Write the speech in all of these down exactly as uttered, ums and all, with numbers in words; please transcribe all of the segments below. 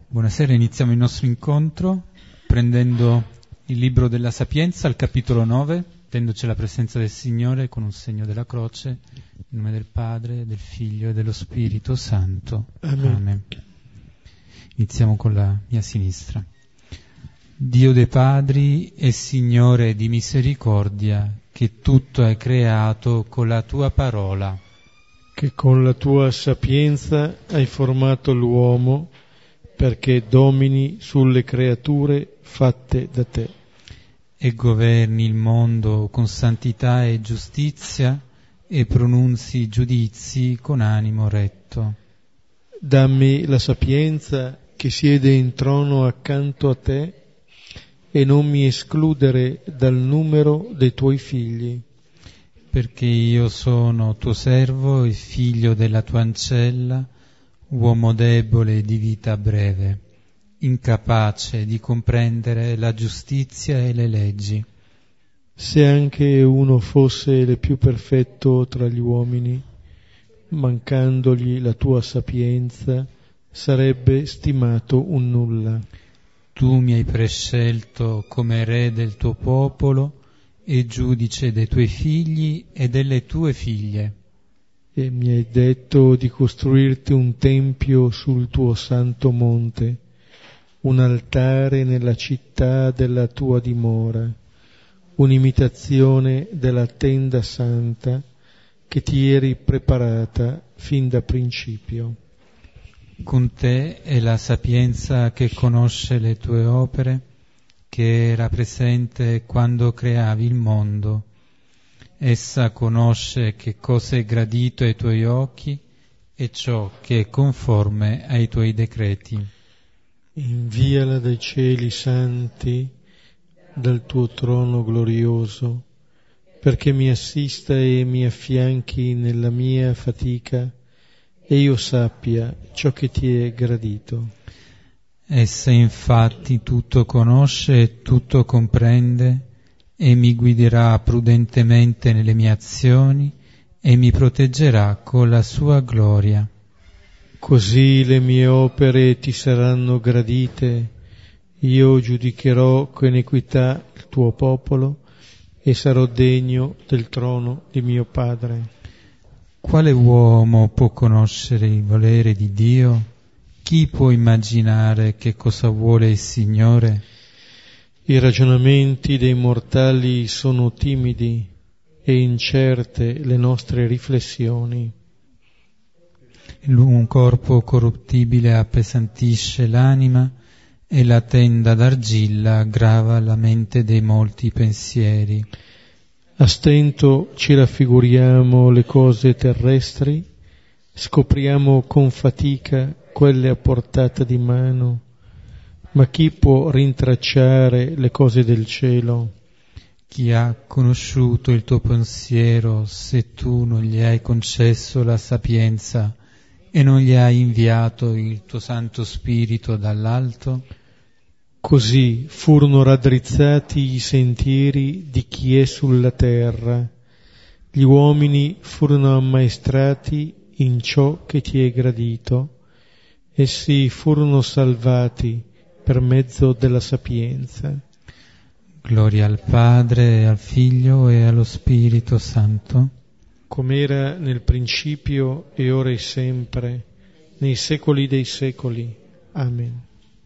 Buonasera, iniziamo il nostro incontro prendendo il libro della Sapienza al capitolo nove, tendoci la presenza del Signore con un segno della croce, in nome del Padre, del Figlio e dello Spirito Santo. Amen. Amen. Iniziamo con la mia sinistra. Dio dei Padri e Signore di misericordia, che tutto hai creato con la tua parola, che con la tua sapienza hai formato l'uomo perché domini sulle creature fatte da te. E governi il mondo con santità e giustizia e pronunzi giudizi con animo retto. Dammi la sapienza che siede in trono accanto a te e non mi escludere dal numero dei tuoi figli. Perché io sono tuo servo e figlio della tua ancella, uomo debole di vita breve, incapace di comprendere la giustizia e le leggi. Se anche uno fosse il più perfetto tra gli uomini, mancandogli la tua sapienza, sarebbe stimato un nulla. Tu mi hai prescelto come re del tuo popolo e giudice dei tuoi figli e delle tue figlie. E mi hai detto di costruirti un tempio sul tuo santo monte, un altare nella città della tua dimora, un'imitazione della tenda santa che ti eri preparata fin da principio. Con te è la sapienza che conosce le tue opere, che era presente quando creavi il mondo. Essa conosce che cosa è gradito ai tuoi occhi e ciò che è conforme ai tuoi decreti. Inviala dai cieli santi, dal tuo trono glorioso, perché mi assista e mi affianchi nella mia fatica e io sappia ciò che ti è gradito. Essa infatti tutto conosce e tutto comprende e mi guiderà prudentemente nelle mie azioni e mi proteggerà con la sua gloria. Così le mie opere ti saranno gradite, io giudicherò con equità il tuo popolo e sarò degno del trono di mio Padre. Quale uomo può conoscere il volere di Dio? Chi può immaginare che cosa vuole il Signore? I ragionamenti dei mortali sono timidi e incerte le nostre riflessioni. Un corpo corruttibile appesantisce l'anima e la tenda d'argilla aggrava la mente dei molti pensieri. A stento ci raffiguriamo le cose terrestri, scopriamo con fatica quelle a portata di mano, ma chi può rintracciare le cose del cielo? Chi ha conosciuto il tuo pensiero se tu non gli hai concesso la sapienza e non gli hai inviato il tuo Santo Spirito dall'alto? Così furono raddrizzati i sentieri di chi è sulla terra, gli uomini furono ammaestrati in ciò che ti è gradito, essi furono salvati per mezzo della sapienza. Gloria al Padre, al Figlio e allo Spirito Santo, come era nel principio e ora e sempre, nei secoli dei secoli. Amen.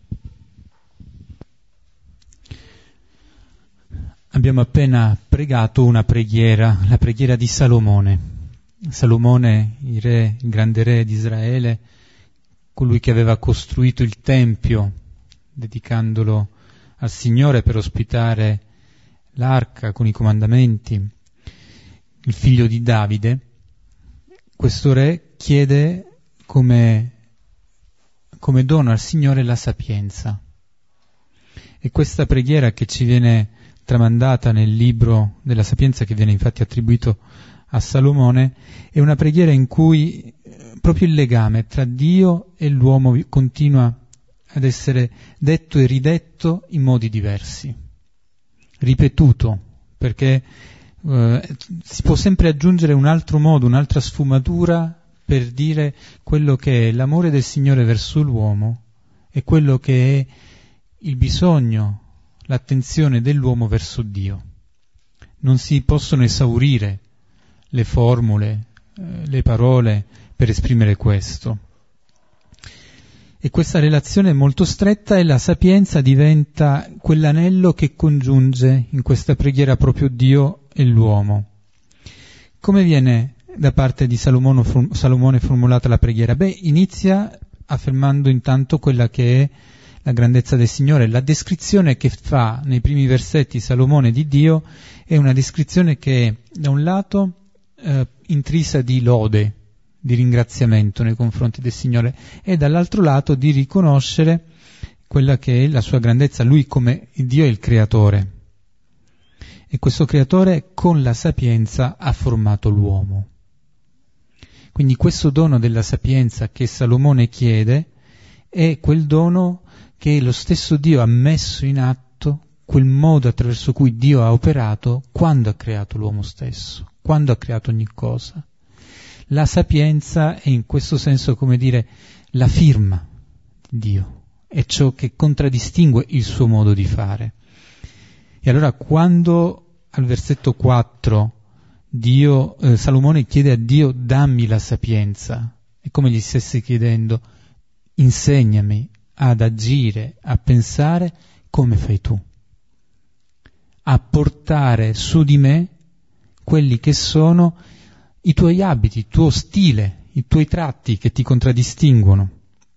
Abbiamo appena pregato una preghiera, la preghiera di Salomone. Salomone, il re, il grande re di Israele, colui che aveva costruito il Tempio, dedicandolo al Signore per ospitare l'arca con i comandamenti, il figlio di Davide. Questo re chiede come, come dono al Signore la sapienza. E questa preghiera che ci viene tramandata nel libro della Sapienza, che viene infatti attribuito a Salomone, è una preghiera in cui proprio il legame tra Dio e l'uomo continua ad essere detto e ridetto in modi diversi, ripetuto, perché eh, si può sempre aggiungere un altro modo, un'altra sfumatura per dire quello che è l'amore del Signore verso l'uomo è quello che è il bisogno, l'attenzione dell'uomo verso Dio. Non si possono esaurire le formule, eh, le parole per esprimere questo. E questa relazione è molto stretta e la sapienza diventa quell'anello che congiunge in questa preghiera proprio Dio e l'uomo. Come viene da parte di Salomone, Salomone formulata la preghiera? Beh, inizia affermando intanto quella che è la grandezza del Signore. La descrizione che fa nei primi versetti Salomone di Dio è una descrizione che è, da un lato, eh, intrisa di lode, di ringraziamento nei confronti del Signore, e dall'altro lato di riconoscere quella che è la sua grandezza, Lui come Dio è il Creatore. E questo Creatore con la sapienza ha formato l'uomo. Quindi questo dono della sapienza che Salomone chiede è quel dono che lo stesso Dio ha messo in atto, quel modo attraverso cui Dio ha operato quando ha creato l'uomo stesso, quando ha creato ogni cosa. La sapienza è in questo senso, come dire, la firma di Dio, è ciò che contraddistingue il suo modo di fare. E allora quando al versetto quattro Dio, eh, Salomone chiede a Dio dammi la sapienza, è come gli stesse chiedendo insegnami ad agire, a pensare come fai tu, a portare su di me quelli che sono i tuoi abiti, il tuo stile, i tuoi tratti che ti contraddistinguono,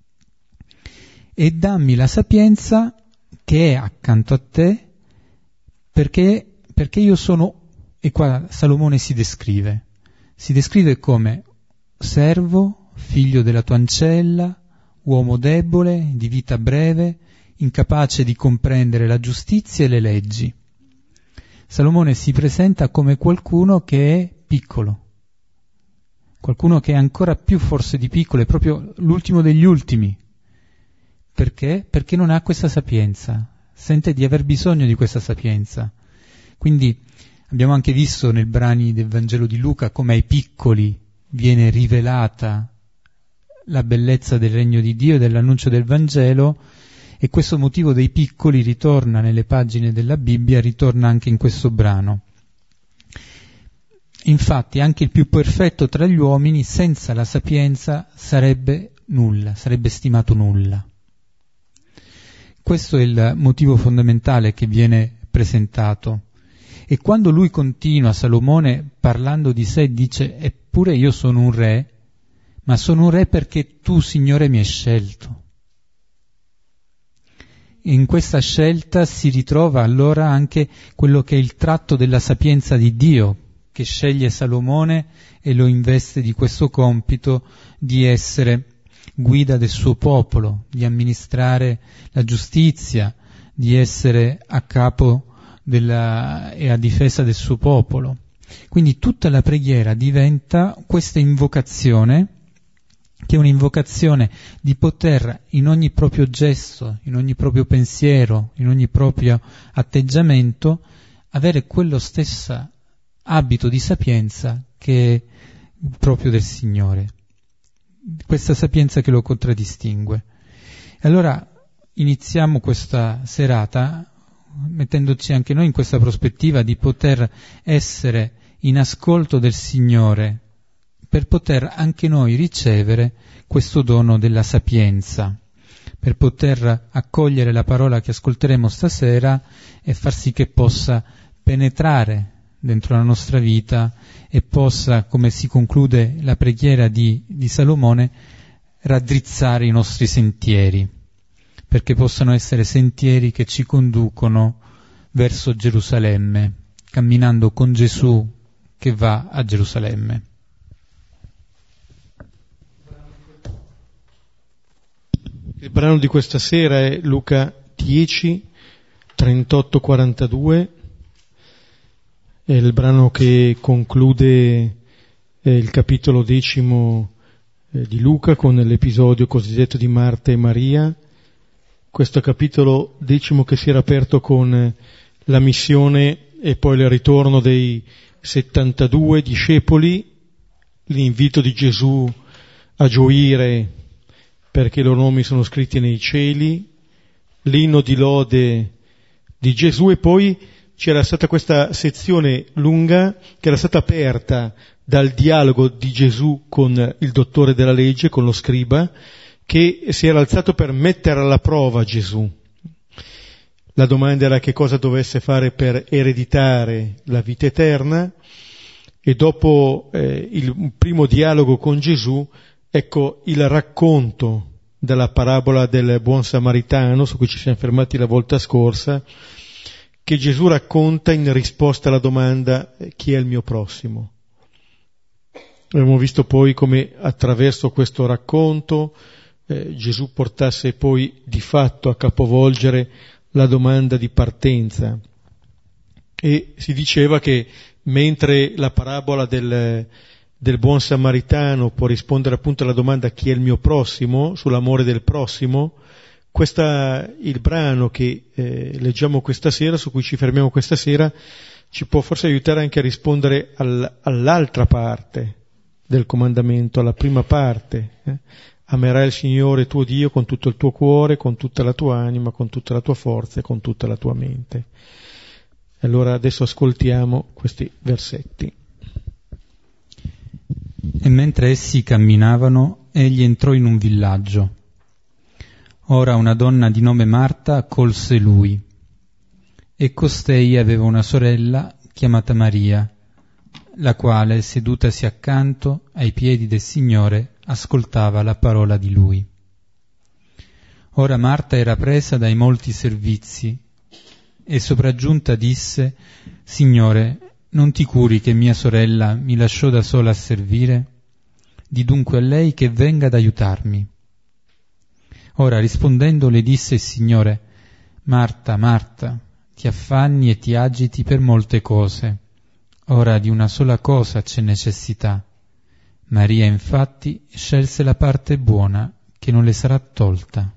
e dammi la sapienza che è accanto a te, perché, perché io sono, e qua Salomone si descrive, si descrive come servo, figlio della tua ancella, uomo debole, di vita breve, incapace di comprendere la giustizia e le leggi. Salomone si presenta come qualcuno che è piccolo, qualcuno che è ancora più forse di piccolo, è proprio l'ultimo degli ultimi. Perché? Perché non ha questa sapienza, sente di aver bisogno di questa sapienza. Quindi abbiamo anche visto nei brani del Vangelo di Luca come ai piccoli viene rivelata la bellezza del regno di Dio e dell'annuncio del Vangelo, e questo motivo dei piccoli ritorna nelle pagine della Bibbia, ritorna anche in questo brano. Infatti anche il più perfetto tra gli uomini senza la sapienza sarebbe nulla, sarebbe stimato nulla. Questo è il motivo fondamentale che viene presentato. E quando lui continua, Salomone, parlando di sé, dice eppure io sono un re, ma sono un re perché tu, Signore, mi hai scelto. In questa scelta si ritrova allora anche quello che è il tratto della sapienza di Dio, che sceglie Salomone e lo investe di questo compito di essere guida del suo popolo, di amministrare la giustizia, di essere a capo della, e a difesa del suo popolo. Quindi tutta la preghiera diventa questa invocazione, che è un'invocazione di poter in ogni proprio gesto, in ogni proprio pensiero, in ogni proprio atteggiamento, avere quello stesso abito di sapienza che è proprio del Signore, questa sapienza che lo contraddistingue. E allora iniziamo questa serata mettendoci anche noi in questa prospettiva di poter essere in ascolto del Signore, per poter anche noi ricevere questo dono della sapienza, per poter accogliere la parola che ascolteremo stasera e far sì che possa penetrare dentro la nostra vita e possa, come si conclude la preghiera di, di Salomone, raddrizzare i nostri sentieri, perché possano essere sentieri che ci conducono verso Gerusalemme, camminando con Gesù che va a Gerusalemme. Il brano di questa sera è Luca dieci, trentotto quarantadue, è il brano che conclude eh, il capitolo decimo eh, di Luca con l'episodio cosiddetto di Marta e Maria. Questo capitolo decimo che si era aperto con eh, la missione e poi il ritorno dei settantadue discepoli, l'invito di Gesù a gioire perché i loro nomi sono scritti nei cieli, l'inno di lode di Gesù, e poi c'era stata questa sezione lunga che era stata aperta dal dialogo di Gesù con il dottore della legge, con lo scriba, che si era alzato per mettere alla prova Gesù. La domanda era che cosa dovesse fare per ereditare la vita eterna, e dopo eh, il primo dialogo con Gesù, ecco il racconto della parabola del buon samaritano, su cui ci siamo fermati la volta scorsa, che Gesù racconta in risposta alla domanda chi è il mio prossimo. Abbiamo visto poi come attraverso questo racconto eh, Gesù portasse poi di fatto a capovolgere la domanda di partenza, e si diceva che mentre la parabola del, del buon samaritano può rispondere appunto alla domanda chi è il mio prossimo, sull'amore del prossimo, questa, il brano che eh, leggiamo questa sera, su cui ci fermiamo questa sera, ci può forse aiutare anche a rispondere al, all'altra parte del comandamento, alla prima parte. Eh? Amerai il Signore tuo Dio con tutto il tuo cuore, con tutta la tua anima, con tutta la tua forza e con tutta la tua mente. Allora adesso ascoltiamo questi versetti. E mentre essi camminavano, egli entrò in un villaggio. Ora una donna di nome Marta accolse lui, e costei aveva una sorella chiamata Maria, la quale, sedutasi accanto ai piedi del Signore, ascoltava la parola di lui. Ora Marta era presa dai molti servizi, e sopraggiunta disse: Signore, non ti curi che mia sorella mi lasciò da sola a servire? Di dunque a lei che venga ad aiutarmi. Ora rispondendo le disse il Signore: Marta, Marta, ti affanni e ti agiti per molte cose. Ora di una sola cosa c'è necessità. Maria infatti scelse la parte buona, che non le sarà tolta.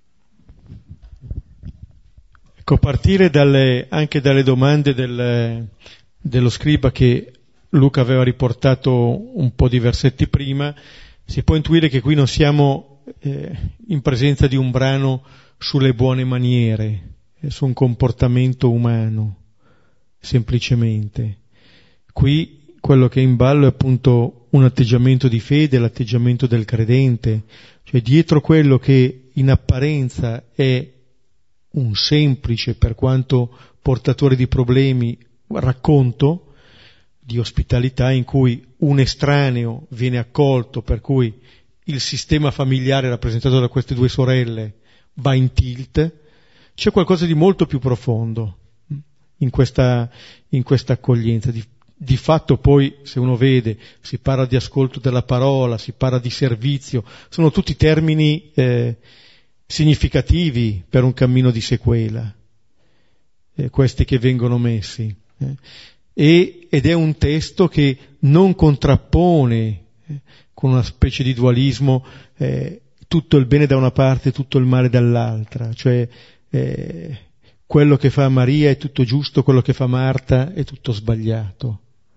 Ecco, a partire dalle, anche dalle domande del, dello scriba che Luca aveva riportato un po' di versetti prima, si può intuire che qui non siamo eh, in presenza di un brano sulle buone maniere, eh, su un comportamento umano, semplicemente. Qui quello che è in ballo è appunto un atteggiamento di fede, l'atteggiamento del credente, cioè dietro quello che in apparenza è un semplice, per quanto portatore di problemi, racconto di ospitalità in cui un estraneo viene accolto, per cui il sistema familiare rappresentato da queste due sorelle va in tilt, c'è qualcosa di molto più profondo in questa, in questa accoglienza. Di, di fatto poi, se uno vede, si parla di ascolto della parola, si parla di servizio, sono tutti termini eh, significativi per un cammino di sequela, eh, questi che vengono messi. Eh. E, ed è un testo che non contrappone eh, con una specie di dualismo eh, tutto il bene da una parte e tutto il male dall'altra, cioè eh, quello che fa Maria è tutto giusto, quello che fa Marta è tutto sbagliato.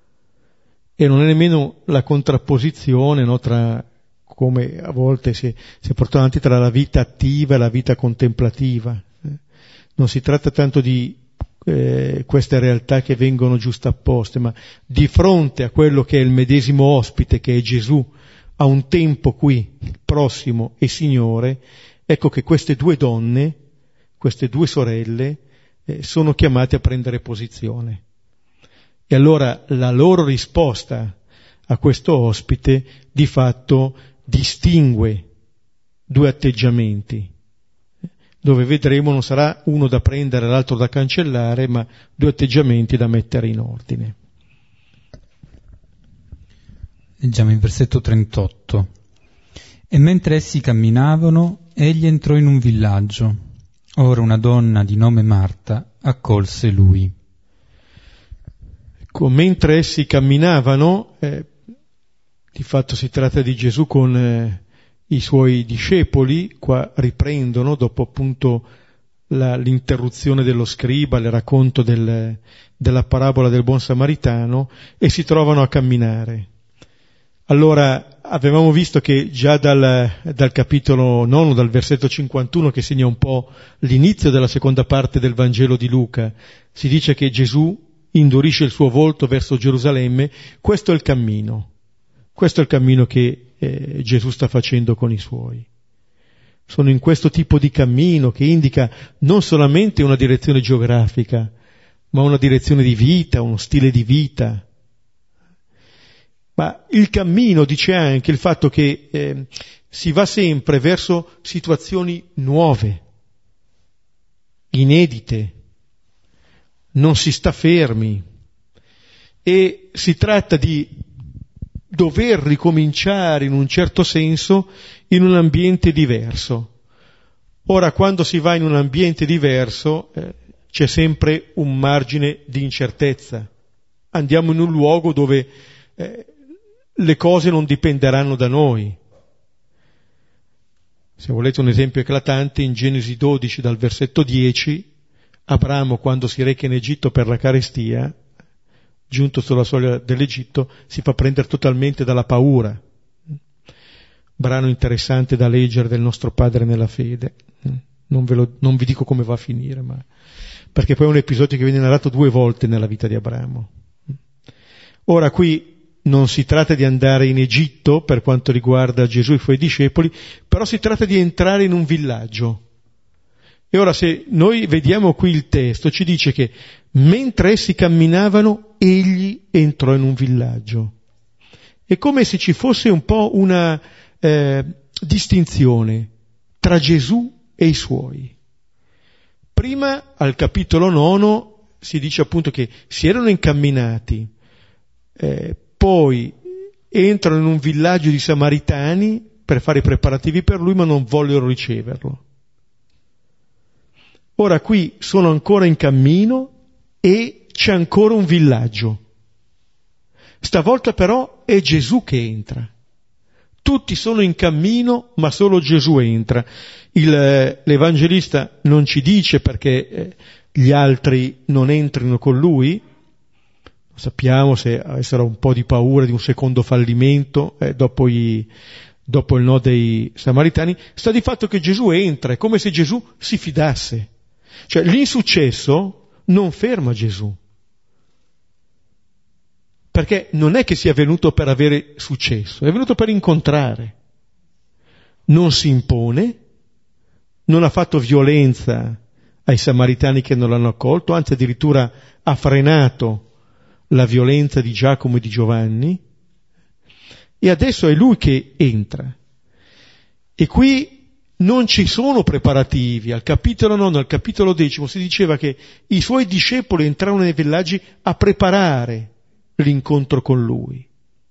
E non è nemmeno la contrapposizione, no, tra, come a volte si, si porta avanti, tra la vita attiva e la vita contemplativa. Eh. Non si tratta tanto di eh, queste realtà che vengono giustapposte, ma di fronte a quello che è il medesimo ospite, che è Gesù, a un tempo qui, prossimo e Signore, ecco che queste due donne, queste due sorelle, eh, sono chiamate a prendere posizione. E allora la loro risposta a questo ospite di fatto distingue due atteggiamenti, dove vedremo non sarà uno da prendere e l'altro da cancellare, ma due atteggiamenti da mettere in ordine. Leggiamo il versetto trentotto. E mentre essi camminavano, egli entrò in un villaggio. Ora una donna di nome Marta accolse lui. Ecco, mentre essi camminavano, eh, di fatto si tratta di Gesù con eh, i suoi discepoli, qua riprendono, dopo appunto la, l'interruzione dello scriba, il racconto del, della parabola del buon samaritano, e si trovano a camminare. Allora, avevamo visto che già dal, dal capitolo nono, dal versetto cinquantuno, che segna un po' l'inizio della seconda parte del Vangelo di Luca, si dice che Gesù indurisce il suo volto verso Gerusalemme. Questo è il cammino, questo è il cammino che eh, Gesù sta facendo con i suoi. Sono in questo tipo di cammino che indica non solamente una direzione geografica, ma una direzione di vita, uno stile di vita. Ma il cammino dice anche il fatto che eh, si va sempre verso situazioni nuove, inedite, non si sta fermi, e si tratta di dover ricominciare in un certo senso in un ambiente diverso. Ora, quando si va in un ambiente diverso eh, c'è sempre un margine di incertezza. Andiamo in un luogo dove eh, le cose non dipenderanno da noi. Se volete un esempio eclatante, in Genesi dodici dal versetto dieci, Abramo, quando si reca in Egitto per la carestia, giunto sulla soglia dell'Egitto, si fa prendere totalmente dalla paura. Brano interessante da leggere del nostro padre nella fede. Non, ve lo, non vi dico come va a finire, ma perché poi è un episodio che viene narrato due volte nella vita di Abramo. Ora qui non si tratta di andare in Egitto per quanto riguarda Gesù e i suoi discepoli, però si tratta di entrare in un villaggio. E ora, se noi vediamo qui il testo, ci dice che mentre essi camminavano, egli entrò in un villaggio. È come se ci fosse un po' una eh, distinzione tra Gesù e i suoi. Prima, al capitolo nono, si dice appunto che si erano incamminati, eh, poi entrano in un villaggio di Samaritani per fare i preparativi per lui, ma non vollero riceverlo. Ora qui sono ancora in cammino e c'è ancora un villaggio. Stavolta però è Gesù che entra. Tutti sono in cammino, ma solo Gesù entra. Il, l'Evangelista non ci dice perché gli altri non entrino con lui. Sappiamo se sarà un po' di paura di un secondo fallimento eh, dopo, i, dopo il no dei Samaritani. Sta di fatto che Gesù entra, è come se Gesù si fidasse. Cioè l'insuccesso non ferma Gesù, perché non è che sia venuto per avere successo, è venuto per incontrare. Non si impone, non ha fatto violenza ai Samaritani che non l'hanno accolto, anzi addirittura ha frenato la violenza di Giacomo e di Giovanni, e adesso è lui che entra. E qui non ci sono preparativi. Al capitolo nono, al capitolo decimo si diceva che i suoi discepoli entrarono nei villaggi a preparare l'incontro con lui.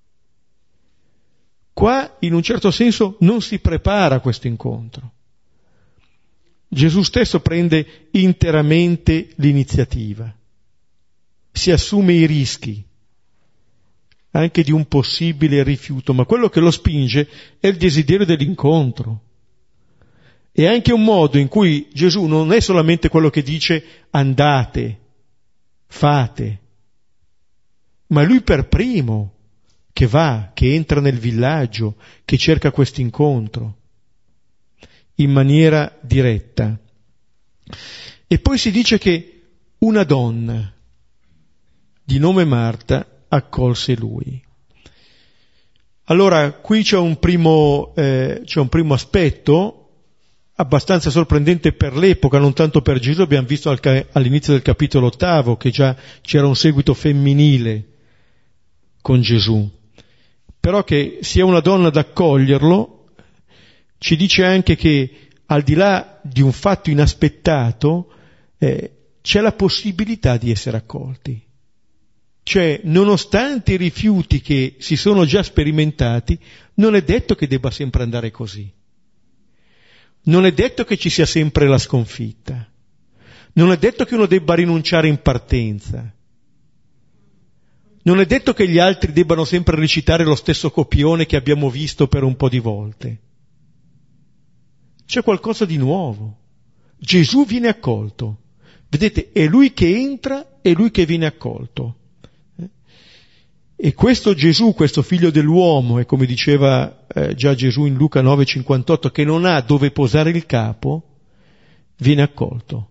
Qua, in un certo senso, non si prepara questo incontro. Gesù stesso prende interamente l'iniziativa, si assume i rischi anche di un possibile rifiuto, ma quello che lo spinge è il desiderio dell'incontro. È anche un modo in cui Gesù non è solamente quello che dice andate, fate, ma lui per primo che va, che entra nel villaggio, che cerca questo incontro in maniera diretta. E poi si dice che una donna di nome Marta accolse lui. Allora qui c'è un primo, eh, c'è un primo aspetto abbastanza sorprendente per l'epoca, non tanto per Gesù. Abbiamo visto al ca- all'inizio del capitolo ottavo che già c'era un seguito femminile con Gesù, però che sia una donna ad accoglierlo ci dice anche che al di là di un fatto inaspettato eh, c'è la possibilità di essere accolti. Cioè, nonostante i rifiuti che si sono già sperimentati, non è detto che debba sempre andare così. Non è detto che ci sia sempre la sconfitta. Non è detto che uno debba rinunciare in partenza. Non è detto che gli altri debbano sempre recitare lo stesso copione che abbiamo visto per un po' di volte. C'è qualcosa di nuovo. Gesù viene accolto. Vedete, è lui che entra e lui che viene accolto. E questo Gesù, questo figlio dell'uomo, e come diceva eh, già Gesù in Luca nove cinquantotto, che non ha dove posare il capo, viene accolto.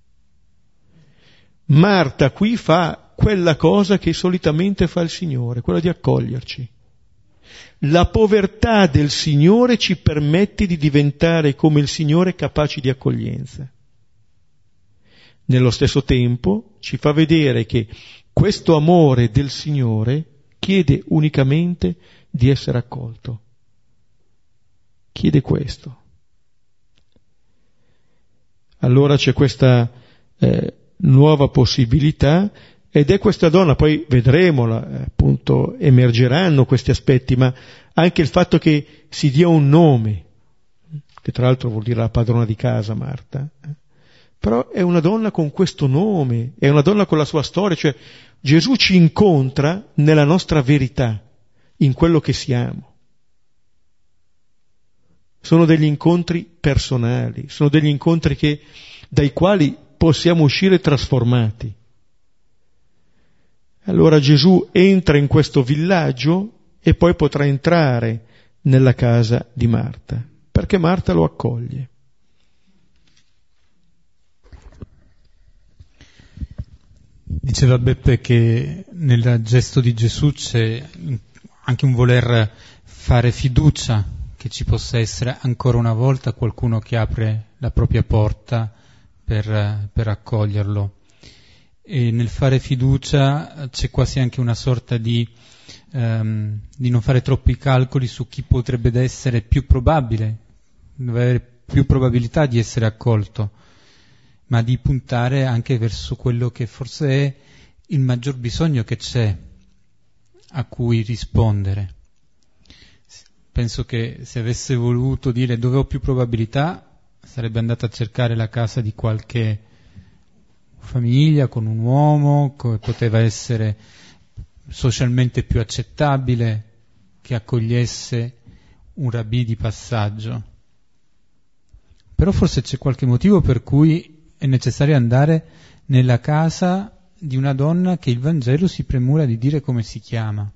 Marta qui fa quella cosa che solitamente fa il Signore, quella di accoglierci. La povertà del Signore ci permette di diventare come il Signore capaci di accoglienza. Nello stesso tempo ci fa vedere che questo amore del Signore chiede unicamente di essere accolto. Chiede questo. Allora c'è questa eh, nuova possibilità, ed è questa donna, poi vedremo, eh, appunto, emergeranno questi aspetti, ma anche il fatto che si dia un nome, che tra l'altro vuol dire la padrona di casa, Marta, eh? Però è una donna con questo nome, è una donna con la sua storia, cioè Gesù ci incontra nella nostra verità, in quello che siamo. Sono degli incontri personali, sono degli incontri che, dai quali possiamo uscire trasformati. Allora Gesù entra in questo villaggio e poi potrà entrare nella casa di Marta, perché Marta lo accoglie. Diceva Beppe che nel gesto di Gesù c'è anche un voler fare fiducia che ci possa essere ancora una volta qualcuno che apre la propria porta per, per accoglierlo. E nel fare fiducia c'è quasi anche una sorta di, um, di non fare troppi calcoli su chi potrebbe essere più probabile, deve avere più probabilità di essere accolto, ma di puntare anche verso quello che forse è il maggior bisogno che c'è a cui rispondere. Penso che se avesse voluto dire dove ho più probabilità, sarebbe andato a cercare la casa di qualche famiglia con un uomo che poteva essere socialmente più accettabile, che accogliesse un rabbì di passaggio. Però forse c'è qualche motivo per cui è necessario andare nella casa di una donna che il Vangelo si premura di dire come si chiama,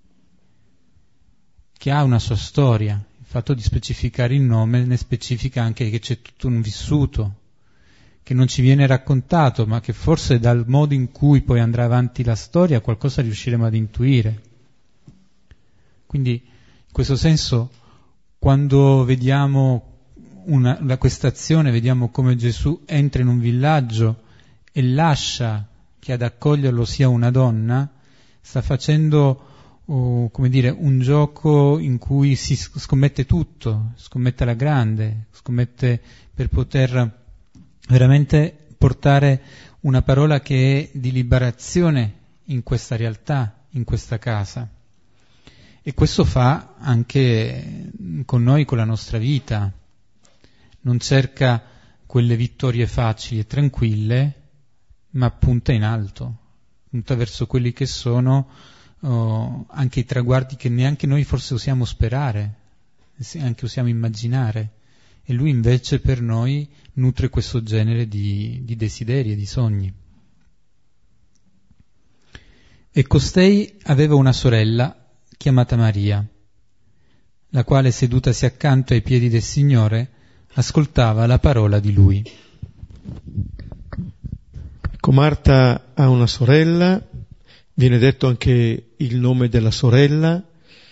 che ha una sua storia. Il fatto di specificare il nome ne specifica anche che c'è tutto un vissuto che non ci viene raccontato, ma che forse dal modo in cui poi andrà avanti la storia qualcosa riusciremo ad intuire. Quindi in questo senso, quando vediamo una, la, questa azione, vediamo come Gesù entra in un villaggio e lascia che ad accoglierlo sia una donna, sta facendo oh, come dire, un gioco in cui si scommette tutto, scommette alla grande, scommette per poter veramente portare una parola che è di liberazione in questa realtà, in questa casa. E questo fa anche con noi, con la nostra vita. Non cerca quelle vittorie facili e tranquille, ma punta in alto, punta verso quelli che sono oh, anche i traguardi che neanche noi forse osiamo sperare, anche osiamo immaginare. E lui invece per noi nutre questo genere di, di desideri e di sogni. E costei aveva una sorella chiamata Maria, la quale sedutasi accanto ai piedi del Signore ascoltava la parola di lui. Ecco, Marta ha una sorella, viene detto anche il nome della sorella.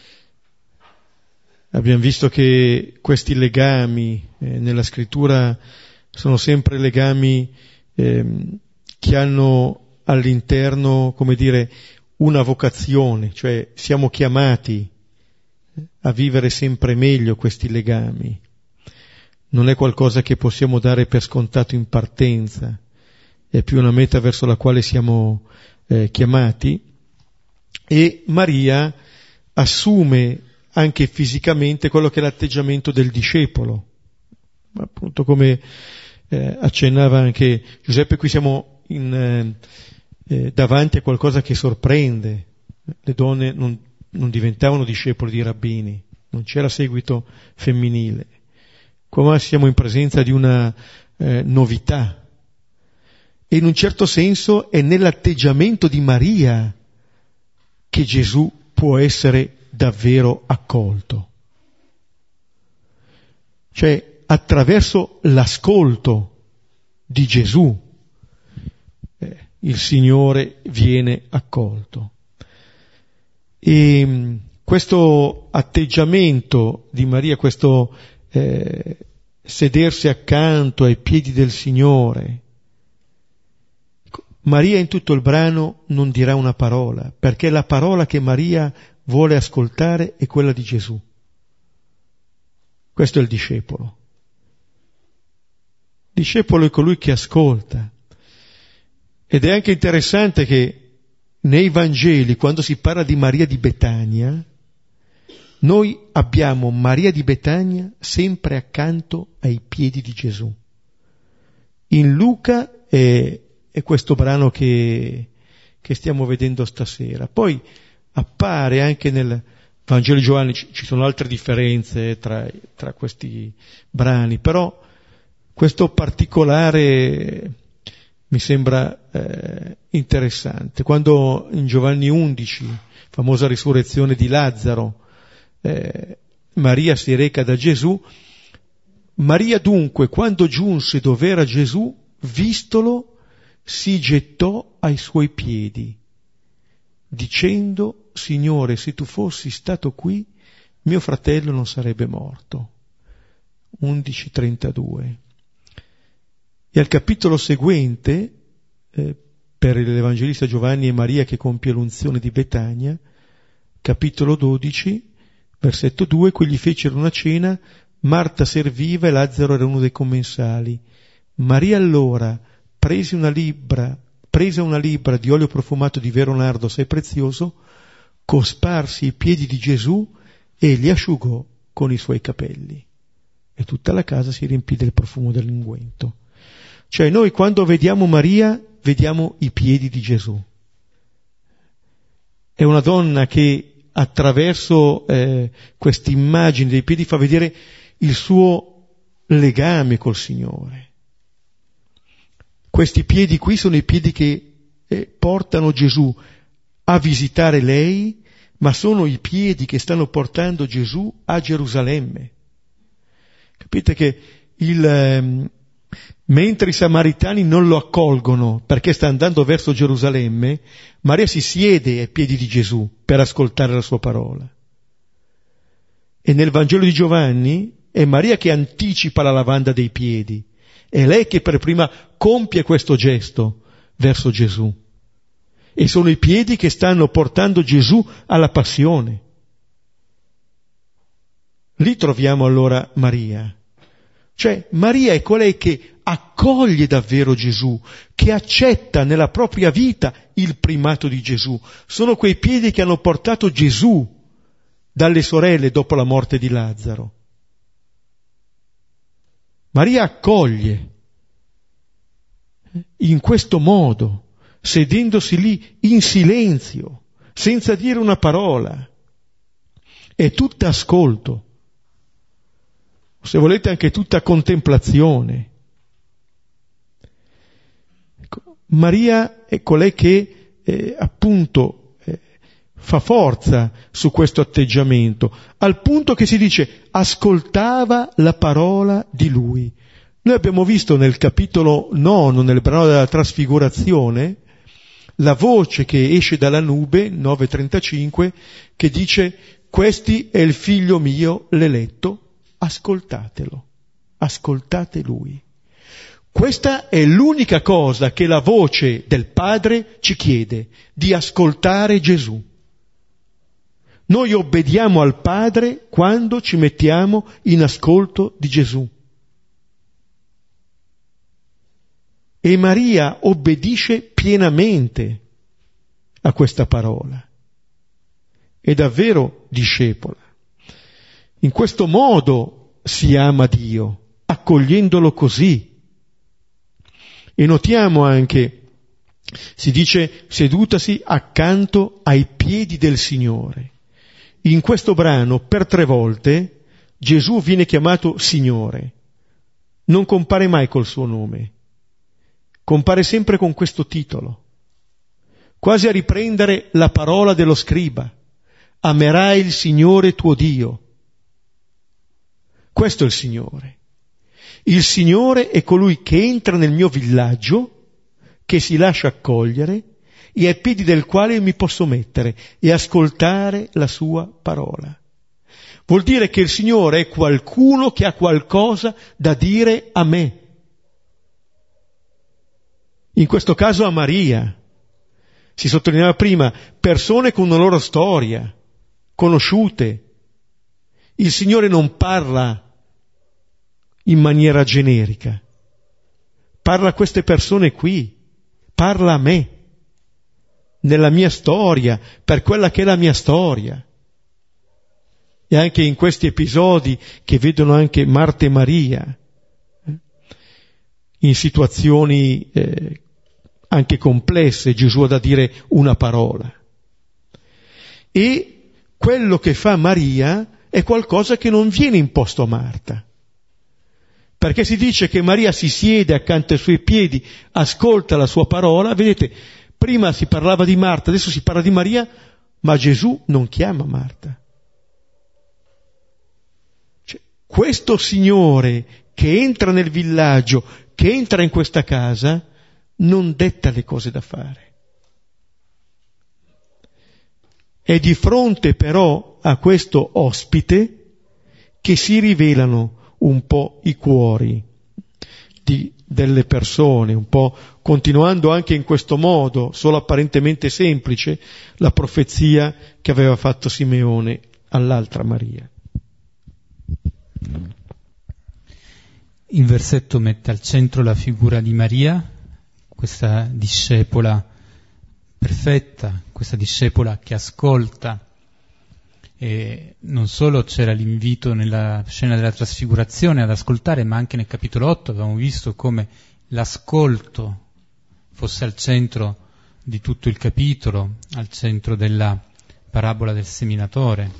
Abbiamo visto che questi legami eh, nella scrittura sono sempre legami eh, che hanno all'interno, come dire, una vocazione, cioè siamo chiamati a vivere sempre meglio questi legami. Non è qualcosa che possiamo dare per scontato in partenza, è più una meta verso la quale siamo eh, chiamati. E Maria assume anche fisicamente quello che è l'atteggiamento del discepolo, appunto come eh, accennava anche Giuseppe. Qui siamo in, eh, eh, davanti a qualcosa che sorprende. Le donne non, non diventavano discepoli di rabbini, non c'era seguito femminile. Come siamo in presenza di una eh, novità, e in un certo senso è nell'atteggiamento di Maria che Gesù può essere davvero accolto. Cioè, attraverso l'ascolto di Gesù eh, il Signore viene accolto. E questo atteggiamento di Maria, questo eh, sedersi accanto ai piedi del Signore, Maria in tutto il brano non dirà una parola, perché la parola che Maria vuole ascoltare è quella di Gesù. Questo è il discepolo. Il discepolo è colui che ascolta. Ed è anche interessante che nei Vangeli, quando si parla di Maria di Betania, noi abbiamo Maria di Betania sempre accanto ai piedi di Gesù. In Luca è, è questo brano che, che stiamo vedendo stasera. Poi appare anche nel Vangelo di Giovanni, ci sono altre differenze tra, tra questi brani, però questo particolare mi sembra eh, interessante. Quando in Giovanni undici, famosa risurrezione di Lazzaro, eh, Maria si reca da Gesù, Maria dunque, quando giunse dov'era Gesù, vistolo, si gettò ai suoi piedi, dicendo: Signore, se tu fossi stato qui, mio fratello non sarebbe morto. undici trentadue. E al capitolo seguente, eh, per l'Evangelista Giovanni e Maria che compie l'unzione di Betania, capitolo dodici, versetto due, quegli fecero una cena, Marta serviva e Lazzaro era uno dei commensali. Maria allora prese una libbra, prese una libbra di olio profumato di vero nardo assai prezioso, cosparsi i piedi di Gesù e li asciugò con i suoi capelli. E tutta la casa si riempì del profumo dell'unguento. Cioè noi quando vediamo Maria, vediamo i piedi di Gesù. È una donna che attraverso eh, questa immagine dei piedi fa vedere il suo legame col Signore. Questi piedi qui sono i piedi che eh, portano Gesù a visitare lei, ma sono i piedi che stanno portando Gesù a Gerusalemme. Capite che il, eh, mentre i samaritani non lo accolgono perché sta andando verso Gerusalemme, Maria si siede ai piedi di Gesù per ascoltare la sua parola. E nel Vangelo di Giovanni è Maria che anticipa la lavanda dei piedi, è lei che per prima compie questo gesto verso Gesù. E sono i piedi che stanno portando Gesù alla passione. Lì troviamo allora Maria. Cioè Maria è colei che accoglie davvero Gesù, che accetta nella propria vita il primato di Gesù. Sono quei piedi che hanno portato Gesù dalle sorelle dopo la morte di Lazzaro. Maria accoglie in questo modo, sedendosi lì in silenzio, senza dire una parola. È tutta ascolto. Se volete anche tutta contemplazione. Ecco, Maria è colei che eh, appunto eh, fa forza su questo atteggiamento, al punto che si dice ascoltava la parola di lui. Noi abbiamo visto nel capitolo nono, nel brano della trasfigurazione, la voce che esce dalla nube, nove trentacinque, che dice: questi è il figlio mio, l'eletto, ascoltatelo, ascoltate lui. Questa è l'unica cosa che la voce del Padre ci chiede, di ascoltare Gesù. Noi obbediamo al Padre quando ci mettiamo in ascolto di Gesù. E Maria obbedisce pienamente a questa parola. È davvero discepola. In questo modo si ama Dio, accogliendolo così. E notiamo anche, si dice, sedutasi accanto ai piedi del Signore. In questo brano, per tre volte, Gesù viene chiamato Signore. Non compare mai col suo nome. Compare sempre con questo titolo. quasi a riprendere la parola dello scriba: amerai il Signore tuo Dio. Questo è il Signore. Il Signore è colui che entra nel mio villaggio, che si lascia accogliere e ai piedi del quale mi posso mettere e ascoltare la sua parola. Vuol dire che il Signore è qualcuno che ha qualcosa da dire a me. In questo caso a Maria. Si sottolineava prima, persone con una loro storia, conosciute. Il Signore non parla in maniera generica, parla a queste persone qui, parla a me, nella mia storia, per quella che è la mia storia. E anche in questi episodi che vedono anche Marta e Maria, eh, in situazioni eh, anche complesse, Gesù ha da dire una parola. E quello che fa Maria è qualcosa che non viene imposto a Marta. Perché si dice che Maria si siede accanto ai suoi piedi, ascolta la sua parola. Vedete, prima si parlava di Marta, adesso si parla di Maria, ma Gesù non chiama Marta. Cioè, questo Signore che entra nel villaggio, che entra in questa casa, non detta le cose da fare. È di fronte però a questo ospite che si rivelano un po' i cuori di, delle persone, un po' continuando anche in questo modo, solo apparentemente semplice, la profezia che aveva fatto Simeone all'altra Maria. Il versetto mette al centro la figura di Maria, questa discepola perfetta, questa discepola che ascolta. E non solo c'era l'invito nella scena della trasfigurazione ad ascoltare, ma anche nel capitolo otto avevamo visto come l'ascolto fosse al centro di tutto il capitolo, al centro della parabola del seminatore.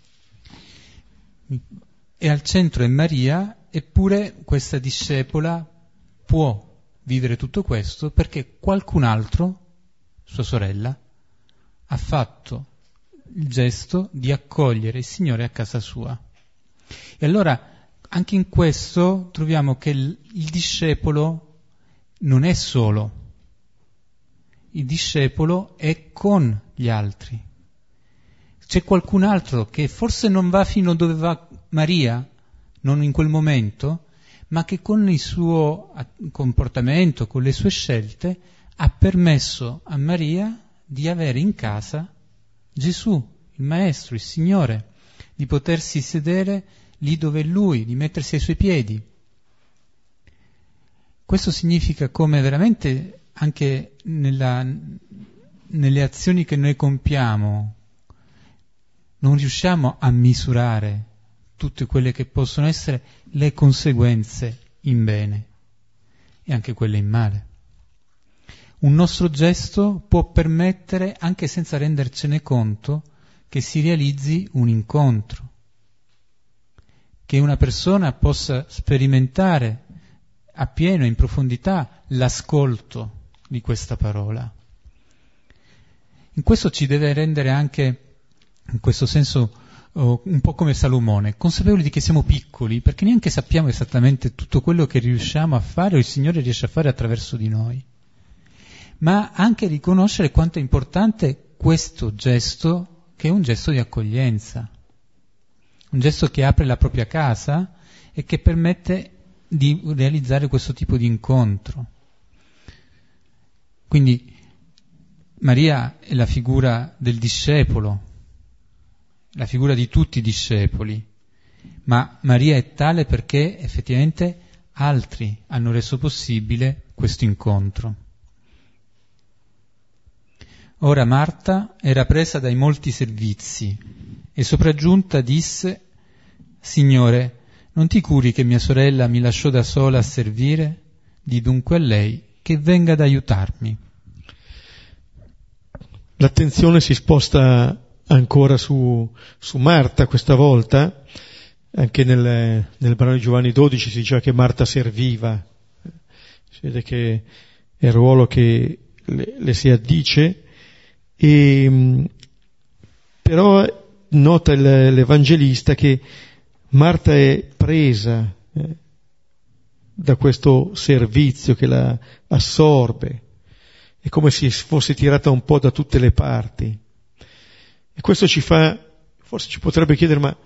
E al centro è Maria, eppure questa discepola può vivere tutto questo perché qualcun altro, sua sorella, ha fatto il gesto di accogliere il Signore a casa sua. E allora anche in questo troviamo che il, il discepolo non è solo, il discepolo è con gli altri. C'è qualcun altro che forse non va fino dove va Maria, non in quel momento, ma che con il suo comportamento, con le sue scelte, ha permesso a Maria di avere in casa Gesù, il Maestro, il Signore, di potersi sedere lì dove è Lui, di mettersi ai Suoi piedi. Questo significa come veramente anche nella, nelle azioni che noi compiamo non riusciamo a misurare tutte quelle che possono essere le conseguenze in bene e anche quelle in male. Un nostro gesto può permettere, anche senza rendercene conto, che si realizzi un incontro, che una persona possa sperimentare appieno, in profondità, l'ascolto di questa parola. In questo ci deve rendere anche, in questo senso, oh, un po' come Salomone, consapevoli di che siamo piccoli, perché neanche sappiamo esattamente tutto quello che riusciamo a fare o il Signore riesce a fare attraverso di noi. Ma anche riconoscere quanto è importante questo gesto, che è un gesto di accoglienza, un gesto che apre la propria casa e che permette di realizzare questo tipo di incontro. Quindi Maria è la figura del discepolo, la figura di tutti i discepoli, ma Maria è tale perché effettivamente altri hanno reso possibile questo incontro. Ora Marta era presa dai molti servizi e sopraggiunta disse: Signore, non ti curi che mia sorella mi lasciò da sola a servire? Di dunque a lei che venga ad aiutarmi. L'attenzione si sposta ancora su, su Marta questa volta. Anche nel, nel brano di Giovanni dodici si dice che Marta serviva. Si vede che è il ruolo che le, le si addice. E, però nota l'Evangelista che Marta è presa eh, da questo servizio che la assorbe, è come se fosse tirata un po' da tutte le parti. E questo ci fa, forse ci potrebbe chiedere, ma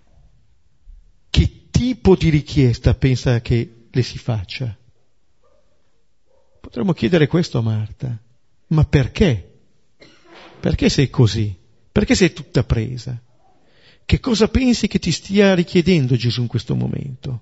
che tipo di richiesta pensa che le si faccia? Potremmo chiedere questo a Marta, ma perché? Perché sei così? Perché sei tutta presa? Che cosa pensi che ti stia richiedendo Gesù in questo momento?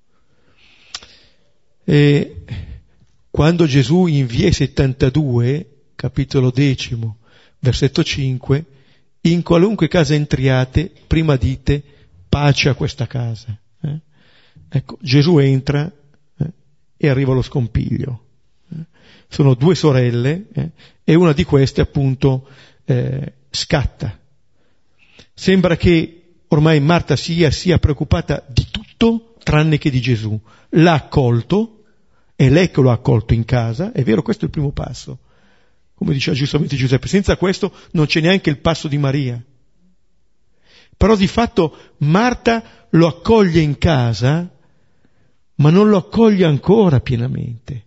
E quando Gesù invia i settantadue, capitolo decimo, versetto cinque, in qualunque casa entriate, prima dite pace a questa casa. Eh? Ecco, Gesù entra eh, e arriva lo scompiglio. Eh? Sono due sorelle eh, e una di queste appunto eh, scatta. Sembra che ormai Marta sia, sia preoccupata di tutto tranne che di Gesù. L'ha accolto, è lei che lo ha accolto in casa, è vero, questo è il primo passo. Come diceva giustamente Giuseppe, senza questo non c'è neanche il passo di Maria. Però di fatto Marta lo accoglie in casa, ma non lo accoglie ancora pienamente.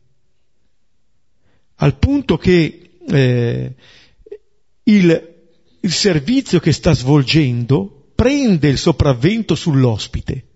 Al punto che eh, il, il servizio che sta svolgendo prende il sopravvento sull'ospite.